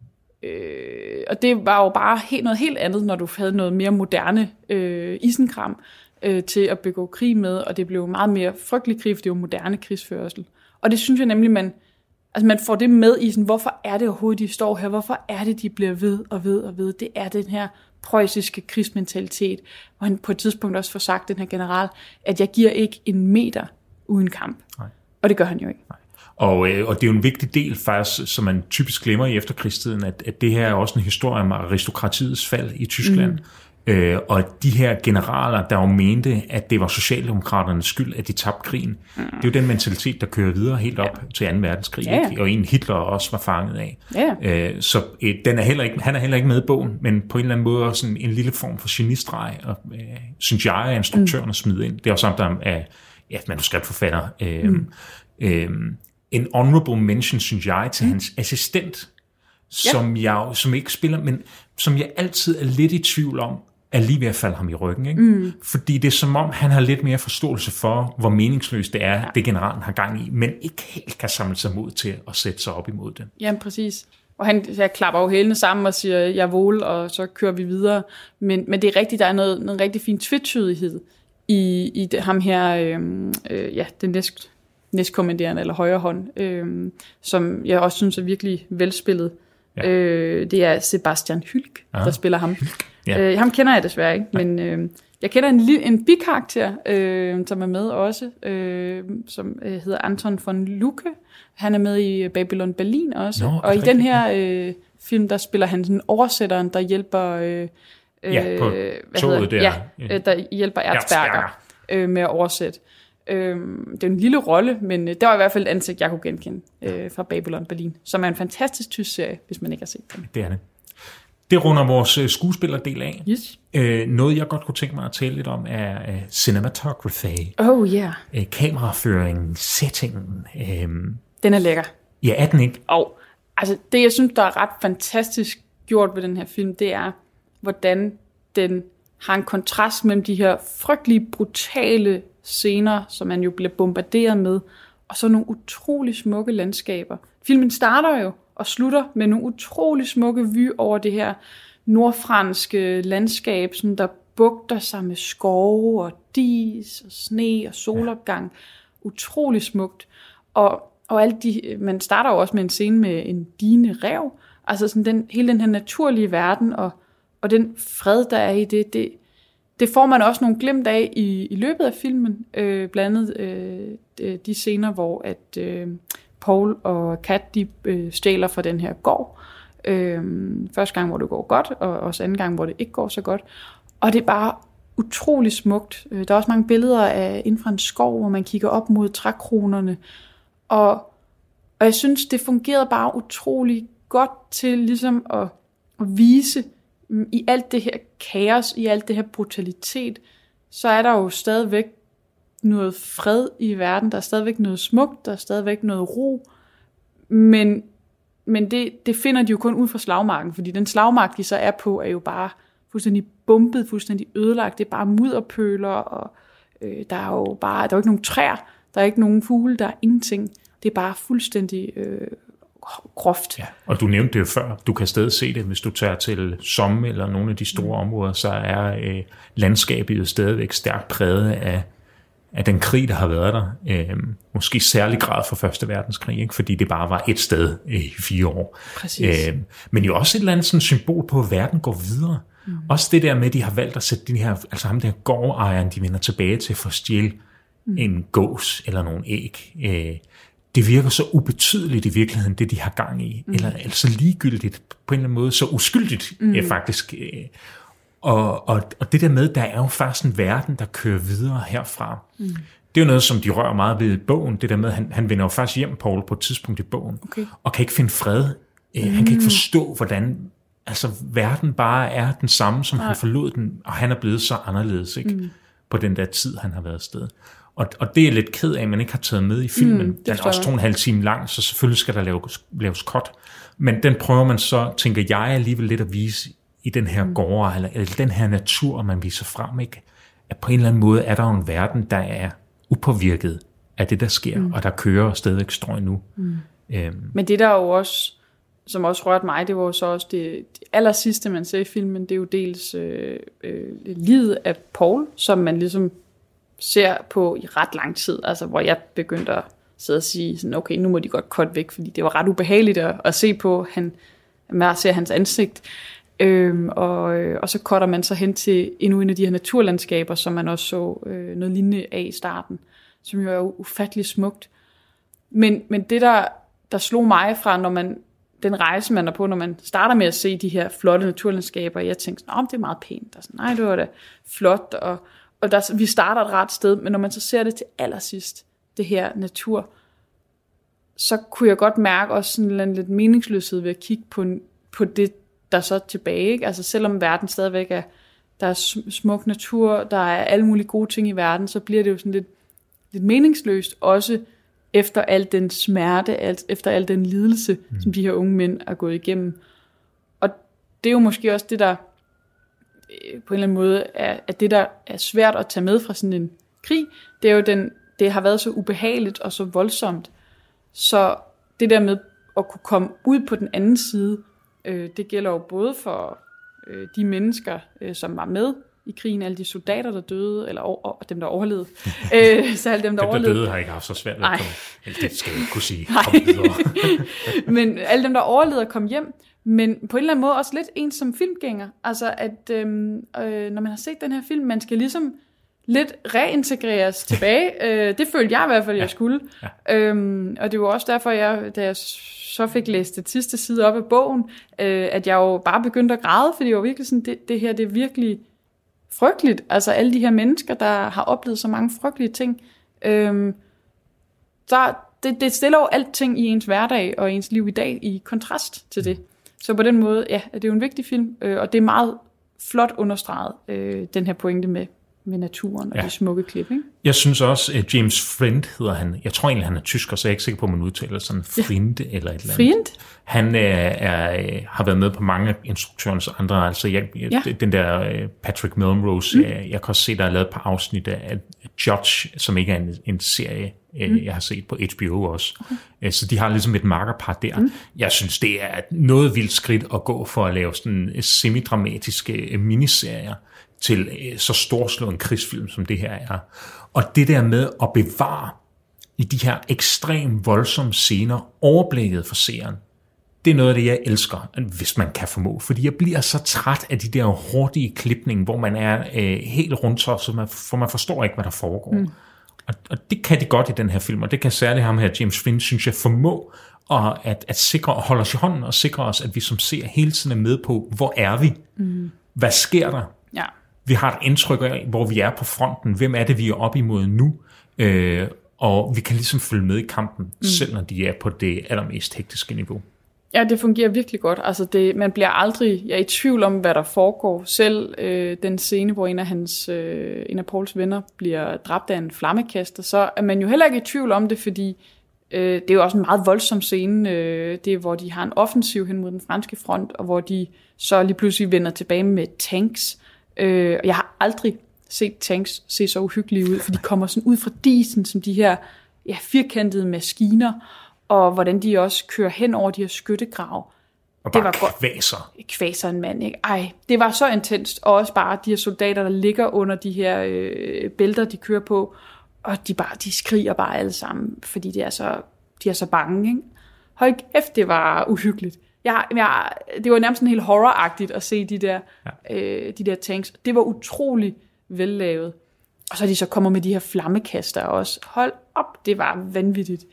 øh, og det var jo bare helt, noget helt andet, når du havde noget mere moderne øh, isenkram øh, til at begå krig med, og det blev meget mere frygtelig krig, for det var moderne krigsførsel. Og det synes jeg nemlig, man Altså man får det med i sådan, hvorfor er det overhovedet, de står her? Hvorfor er det, de bliver ved og ved og ved? Det er den her preussiske krigsmentalitet, hvor han på et tidspunkt også får sagt, den her general, at jeg giver ikke en meter uden kamp. Nej. Og det gør han jo ikke. Nej. Og, øh, og det er jo en vigtig del faktisk, som man typisk glemmer i efterkrigstiden, at, at det her er også en historie om aristokratiets fald i Tyskland. Mm. Øh, og de her generaler, der jo mente, at det var Socialdemokraternes skyld, at de tabte krigen. Mm. Det er jo den mentalitet, der kører videre helt op ja. til anden verdenskrig, ja, ja. og en Hitler også var fanget af. Ja. Øh, så øh, den er heller ikke, han er heller ikke med i bogen, men på en eller anden måde også en, en lille form for genistreg, og øh, synes jeg, er instruktøren at smide ind. Det er også samt af ja, manuskriptforfatter. Øh, mm. øh, en honorable mention, synes jeg, til mm. hans assistent, som, ja. jeg, som ikke spiller, men som jeg altid er lidt i tvivl om, er lige ved at falde ham i ryggen. Ikke? Mm. Fordi det er som om, han har lidt mere forståelse for, hvor meningsløst det er, ja. det generalen har gang i, men ikke helt kan samle sig mod til at sætte sig op imod det. Jamen præcis. Og han jeg klapper jo hælene sammen og siger, jawohl, og så kører vi videre. Men, men det er rigtigt, der er noget, noget rigtig fin tvetydighed i, i det, ham her, øh, øh, ja, den næst, næstkommanderende eller højre hånd, øh, som jeg også synes er virkelig velspillet. Ja. Øh, det er Sebastian Hylk, ah. der spiller ham. Ja. Øh, ham kender jeg desværre ikke, men øh, jeg kender en, en bikarakter, øh, som er med også, øh, som øh, hedder Anton von Lucke. Han er med i Babylon Berlin også, Nå, og i den her øh, film, der spiller han sådan oversætteren, der hjælper øh, ja, på hvad toget der. Ja, øh, der hjælper Erzberger øh, med at oversætte. Øh, det er en lille rolle, men øh, det var i hvert fald et ansigt, jeg kunne genkende øh, fra Babylon Berlin, som er en fantastisk tysk serie, hvis man ikke har set den. Det er det. Det runder vores skuespillerdel af. Yes. Øh, noget, jeg godt kunne tænke mig at tale lidt om, er uh, cinematography. Oh, yeah. Øh, kameraføringen, settingen. Øh, den er lækker. Ja, er den ikke? Og altså, det, jeg synes, der er ret fantastisk gjort ved den her film, det er, hvordan den har en kontrast mellem de her frygtelige, brutale scener, som man jo bliver bombarderet med, og så nogle utrolig smukke landskaber. Filmen starter jo og slutter med nogle utrolig smukke vy over det her nordfranske landskab, sådan der bugter sig med skove og dis og sne og solopgang. Utrolig smukt. Og, og alt de, man starter jo også med en scene med en digende ræv. Altså sådan den, hele den her naturlige verden og, og den fred, der er i det, det, det får man også nogle glimt af i, i løbet af filmen. Øh, blandt andet øh, de, de scener, hvor at... Øh, Paul og Kat, de øh, stjæler fra den her gård. Øh, første gang, hvor det går godt, og også anden gang, hvor det ikke går så godt. Og det er bare utrolig smukt. Der er også mange billeder af inden fra en skov, hvor man kigger op mod trækronerne. Og, og jeg synes, det fungerede bare utrolig godt til ligesom at, at vise, i alt det her kaos, i alt det her brutalitet, så er der jo stadigvæk noget fred i verden, der er stadigvæk noget smukt, der er stadigvæk noget ro, men, men det, det finder de jo kun ud fra slagmarken, fordi den slagmark, de så er på, er jo bare fuldstændig bumpet, fuldstændig ødelagt, det er bare mudderpøler, og øh, der er jo bare, der er jo ikke nogen træer, der er ikke nogen fugle, der er ingenting, det er bare fuldstændig øh, groft. Ja, og du nævnte det jo før, du kan stadig se det, hvis du tager til Somme eller nogle af de store mm. områder, så er øh, landskabet jo stadigvæk stærkt præget af af den krig, der har været der, øh, måske særlig grad for Første Verdenskrig, ikke? Fordi det bare var et sted øh, i fire år. Øh, men jo også et eller andet sådan symbol på, at verden går videre. Mm. Også det der med, at de har valgt at sætte de her, altså ham der gårdejeren, de vender tilbage til for at stjæle mm. en gås eller nogle æg. Øh, det det virker så ubetydeligt i virkeligheden, det de har gang i, mm. eller altså ligegyldigt på en eller anden måde, så uskyldigt mm. ja, faktisk. Og, og, og det der med, der er jo faktisk en verden, der kører videre herfra. Mm. Det er jo noget, som de rører meget ved i bogen, det der med, at han, han vender jo faktisk hjem, Paul, på et tidspunkt i bogen, okay. og kan ikke finde fred. Mm. Han kan ikke forstå, hvordan altså, verden bare er den samme, som Nej. han forlod den, og han er blevet så anderledes, ikke? Mm. På den der tid, han har været afsted. Og, og det er lidt ked af, at man ikke har taget med i filmen. Mm, den er også to og en halv time lang, så selvfølgelig skal der laves, laves cut. Men den prøver man så, tænker jeg, alligevel lidt at vise i den her mm. gårde, eller, eller den her natur, man viser frem, ikke? At på en eller anden måde er der jo en verden, der er upåvirket af det, der sker, mm. og der kører stadigvæk strøg nu. Mm. Øhm. Men det der jo også, som også rørte mig, det var jo så også det, det aller sidste, man ser i filmen, det er jo dels øh, øh, livet af Paul, som man ligesom ser på i ret lang tid, altså hvor jeg begyndte at sidde og sige, sådan, okay, nu må de godt cut væk, fordi det var ret ubehageligt at, at se på, han, man ser hans ansigt, øhm, og, og så cutter man så hen til endnu en af de her naturlandskaber, som man også så øh, noget lignende af i starten, som jo er ufattelig smukt. Men, men det, der, der slog mig fra, når man, den rejse, man er på, når man starter med at se de her flotte naturlandskaber, jeg tænkte sådan, det er meget pænt, og sådan, nej, det var da flot, og Og der, vi starter et ret sted, men når man så ser det til allersidst, det her natur, så kunne jeg godt mærke også sådan en lidt meningsløshed ved at kigge på, på det, der så er tilbage. Ikke? Altså selvom verden stadigvæk er, der er smuk natur, der er alle mulige gode ting i verden, så bliver det jo sådan lidt, lidt meningsløst, også efter al den smerte, alt, efter al den lidelse, mm. som de her unge mænd er gået igennem. Og det er jo måske også det, der på en eller anden måde er, at det, der er svært at tage med fra sådan en krig, det er jo den, det har været så ubehageligt og så voldsomt. Så det der med at kunne komme ud på den anden side, øh, det gælder jo både for øh, de mennesker, øh, som var med i krigen, alle de soldater, der døde, eller og, og dem, der overlevede. øh, så alle dem, der, dem, der overlevede. døde, har ikke haft så svært at komme. Det skal jeg ikke kunne sige. Men alle dem, der overlevede, kom hjem. Men på en eller anden måde også lidt en som filmgænger. Altså at øhm, øh, når man har set den her film, man skal ligesom lidt reintegreres tilbage. øh, det følte jeg i hvert fald, jeg ja. skulle. Ja. Øhm, og det var også derfor, jeg, da jeg så fik læst det sidste side op af bogen, øh, at jeg jo bare begyndte at græde, fordi det var virkelig sådan, det, det her det er virkelig frygteligt. Altså alle de her mennesker, der har oplevet så mange frygtelige ting. Øhm, så det, det stiller jo alting i ens hverdag og ens liv i dag i kontrast til det. Så på den måde, ja, det er jo en vigtig film, øh, og det er meget flot understreget, øh, den her pointe med, med naturen og ja. de smukke klip, ikke? Jeg synes også, at James Friend hedder han. Jeg tror egentlig, han er tysker, så jeg er ikke sikker på, at man udtaler sådan Friend ja. eller et eller andet. Friend? Han er, er, har været med på mange instruktørens andre, altså jeg, ja. den der Patrick Melrose, mm. jeg, jeg kan også se, der er lavet et par afsnit af Judge, som ikke er en, en serie, mm. jeg har set på H B O også. Okay. Så de har ligesom et markerpar der. Mm. Jeg synes, det er noget vildt skridt at gå for at lave sådan semidramatiske miniserier til så storslået en krigsfilm, som det her er. Og det der med at bevare i de her ekstremt voldsomme scener overblikket for seeren, det er noget af det, jeg elsker, hvis man kan formå. Fordi jeg bliver så træt af de der hurtige klipninger, hvor man er øh, helt rundt, så man, for man forstår ikke, hvad der foregår. Mm. Og, og det kan de godt i den her film, og det kan særligt ham her, James Friend, synes jeg, formå og at, at sikre og holde os i hånden, og sikre os, at vi som ser hele tiden er med på, hvor er vi? Mm. Hvad sker der? Ja. Vi har et indtryk af, hvor vi er på fronten. Hvem er det, vi er op imod nu? Øh, og vi kan ligesom følge med i kampen, mm. selv når de er på det allermest hektiske niveau. Ja, det fungerer virkelig godt. Altså det, man bliver aldrig jeg er i tvivl om, hvad der foregår. Selv øh, den scene, hvor en af, hans, øh, en af Pauls venner bliver dræbt af en flammekaster, så er man jo heller ikke i tvivl om det, fordi øh, det er jo også en meget voldsom scene. Øh, det er, hvor de har en offensiv hen mod den franske front, og hvor de så lige pludselig vender tilbage med tanks. Øh, jeg har aldrig set tanks se så uhyggelige ud, for de kommer sådan ud fra disen, som de her ja, firkantede maskiner, og hvordan de også kører hen over de her skyttegrav. Og bare det var kvæser. Kvæser en mand, ikke? Ej, det var så intenst, og også bare de her soldater, der ligger under de her øh, bælter, de kører på, og de, bare, de skriger bare alle sammen, fordi de er så, de er så bange, ikke? Hold kæft, det var uhyggeligt. Jeg, jeg, det var nærmest sådan helt horroragtigt at se de der, ja. øh, de der tanks. Det var utrolig vellavet. Og så er de så kommer med de her flammekaster også. Hold op, det var vanvittigt.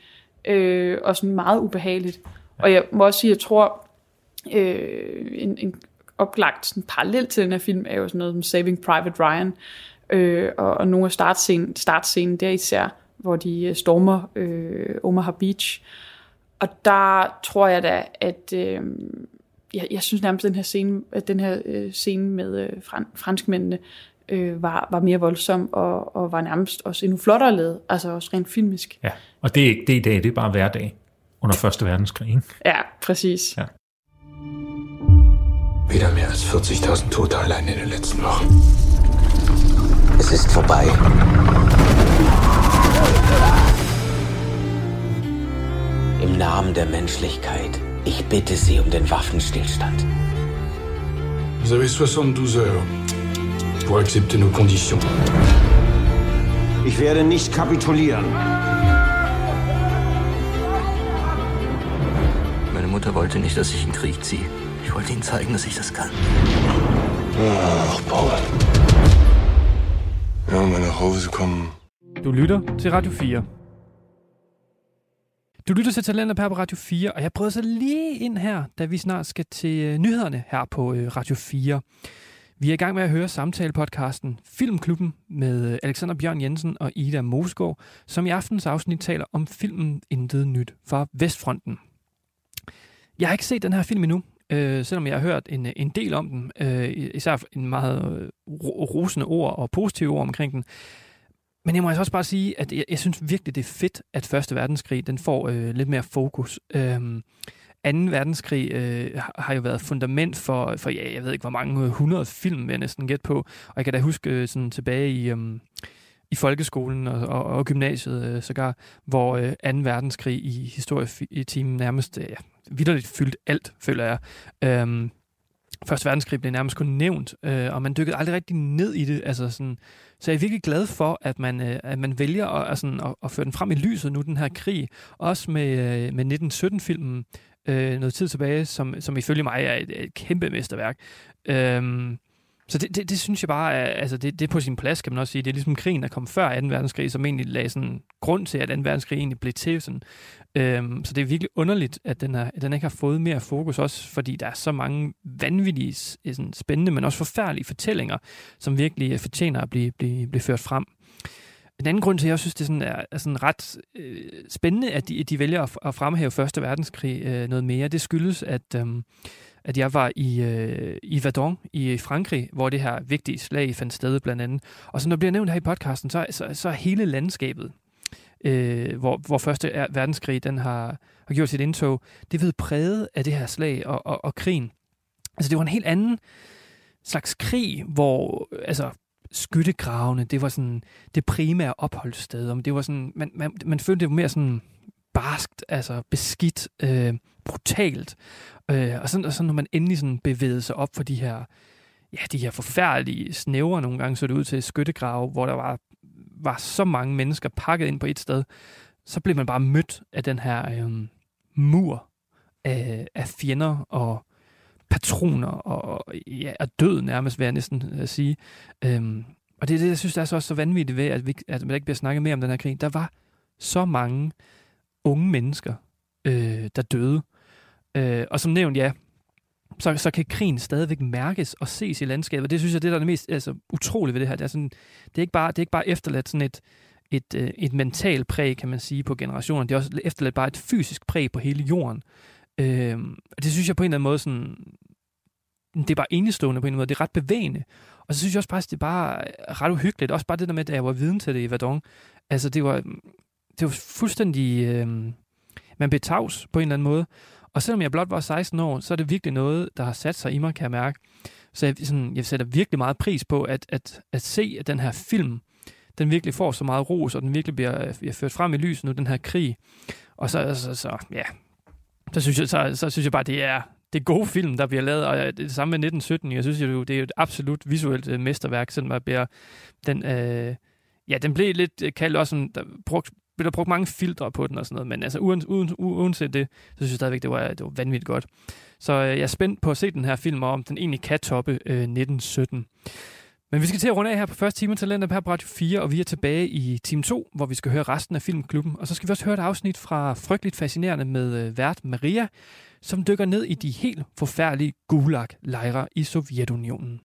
øh, og sådan meget ubehageligt. Ja. Og jeg må også sige, jeg tror, øh, en, en oplagt sådan parallel til den her film er jo sådan noget som Saving Private Ryan, øh, og, og nogle af startscenen, startscenen der især, hvor de stormer øh, Omaha Beach. Og der tror jeg da, at øh, jeg, jeg synes nærmest, at den her scene, at den her øh, scene med øh, fran- franskmændene øh, var, var mere voldsom, og, og var nærmest også endnu flottere lavet, altså også rent filmisk. Ja, og det er ikke det i dag, det er bare hverdag under første verdenskrig, ikke? Ja, præcis. Ja. Wieder mehr als vierzigtausend Tote allein in den letzten Wochen. Es ist vorbei. Im Namen der Menschlichkeit, ich bitte Sie um den Waffenstillstand. Vous avez soixante-douze heures pour accepter nos conditions. Ich werde nicht kapitulieren. Meine Mutter wollte nicht, dass ich in den Krieg ziehe. Ich wollte ihnen zeigen, dass ich das kann. Ach, Paul. Ja, um nach Hause kommen. Du lytter til Radio fire. Du lytter til Talentlab her på Radio fire, og jeg prøver så lige ind her, da vi snart skal til nyhederne her på Radio fire. Vi er i gang med at høre samtalepodcasten Filmklubben med Alexander Bjørn Jensen og Ida Mosgaard, som i aftens afsnit taler om filmen Intet Nyt fra Vestfronten. Jeg har ikke set den her film endnu, øh, selvom jeg har hørt en, en del om den, øh, især en meget øh, rosende ord og positive ord omkring den. Men jeg må altså også bare sige, at jeg, jeg synes virkelig, det er fedt, at Første Verdenskrig den får øh, lidt mere fokus. Øhm, Anden verdenskrig øh, har jo været fundament for, for ja, jeg ved ikke, hvor mange hundrede film, vil jeg næsten gætte på. Og jeg kan da huske øh, sådan tilbage i, øhm, i folkeskolen og, og, og gymnasiet øh, sågar, hvor øh, Anden verdenskrig i historietimen nærmest øh, vitterligt fyldt alt, føler jeg. Øhm, Første verdenskrig blev nærmest kun nævnt, øh, og man dykkede aldrig rigtig ned i det. Altså sådan, så jeg er virkelig glad for, at man, øh, at man vælger at, altså, at, at føre den frem i lyset nu, den her krig. Også med, øh, med nitten sytten-filmen øh, noget tid tilbage, som, som ifølge mig er et, et kæmpe mesterværk. Øhm, så det, det, det synes jeg bare, er, altså det, det er på sin plads, kan man også sige. Det er ligesom krigen, der kom før anden verdenskrig, som egentlig lagde sådan grund til, at anden verdenskrig egentlig blev til. Sådan. Øhm, så det er virkelig underligt, at den, er, at den ikke har fået mere fokus, også fordi der er så mange vanvittige, sådan spændende, men også forfærdelige fortællinger, som virkelig fortjener at blive, blive, blive ført frem. En anden grund til, at jeg synes, det er, sådan, er, er sådan ret øh, spændende, at de, de vælger at, at fremhæve Første Verdenskrig øh, noget mere, det skyldes, at, øh, at jeg var i, øh, i Verdun i Frankrig, hvor det her vigtige slag fandt sted blandt andet. Og som der bliver nævnt her i podcasten, så, så, så er hele landskabet, øh, hvor, hvor Første Verdenskrig den har, har gjort sit indtog, det ved præget af det her slag og, og, og krigen. Altså det var en helt anden slags krig, hvor altså skyttegravene, det var sådan det primære opholdssted. Det var sådan, man, man, man følte det var mere sådan barskt, altså beskidt, øh, brutalt. Øh, og, sådan, og sådan, når man endelig sådan bevægede sig op for de her, ja, de her forfærdelige snævre, nogle gange så det ud til skyttegrave, hvor der var, var så mange mennesker pakket ind på et sted, så blev man bare mødt af den her øh, mur af, af fjender og patroner og ja, og død nærmest, vil jeg næsten uh, sige. Øhm, og det er det, jeg synes, der er så også så vanvittigt ved, at, vi, at man ikke bliver snakket mere om den her krig. Der var så mange unge mennesker, øh, der døde. Øh, og som nævnt, ja, så, så kan krigen stadigvæk mærkes og ses i landskabet. Det synes jeg, det der er det mest altså, utrolige ved det her. Det er, sådan, det er ikke bare, det er ikke bare efterladt sådan et, et, et, et mentalt præg, kan man sige, på generationen. Det er også efterladt bare et fysisk præg på hele jorden. Øh, det synes jeg på en eller anden måde sådan, det er bare enestående på en eller anden måde, det er ret bevægende. Og så synes jeg også bare, det er bare ret uhyggeligt. Også bare det der med, at jeg var viden til det i Verdun. Altså det var, det var fuldstændig, øh, man blev tavs på en eller anden måde. Og selvom jeg blot var seksten år, så er det virkelig noget, der har sat sig i mig, kan jeg mærke. Så jeg, sådan, jeg sætter virkelig meget pris på, at, at, at se, at den her film, den virkelig får så meget ros, og den virkelig bliver, bliver ført frem i lyset nu, den her krig. Og så, så, så ja... Så synes, jeg, så, så synes jeg bare, det er det gode film, der bliver lavet, og det samme med nitten sytten. Jeg synes jo, det er et absolut visuelt uh, mesterværk, selvom der bliver den, uh, ja, den blev lidt kaldt også, sådan, der brugt, blev der brugt mange filtre på den og sådan noget, men altså uden, uden, uanset det, så synes jeg stadigvæk, det var, det var vanvittigt godt. Så uh, jeg er spændt på at se den her film, og om den egentlig kan toppe uh, nitten sytten. Men vi skal til at runde af her på første time af Talentlab her på Radio fire, og vi er tilbage i time to, hvor vi skal høre resten af Filmklubben. Og så skal vi også høre et afsnit fra Frygteligt Fascinerende med vært Maria, som dykker ned i de helt forfærdelige Gulag-lejre i Sovjetunionen.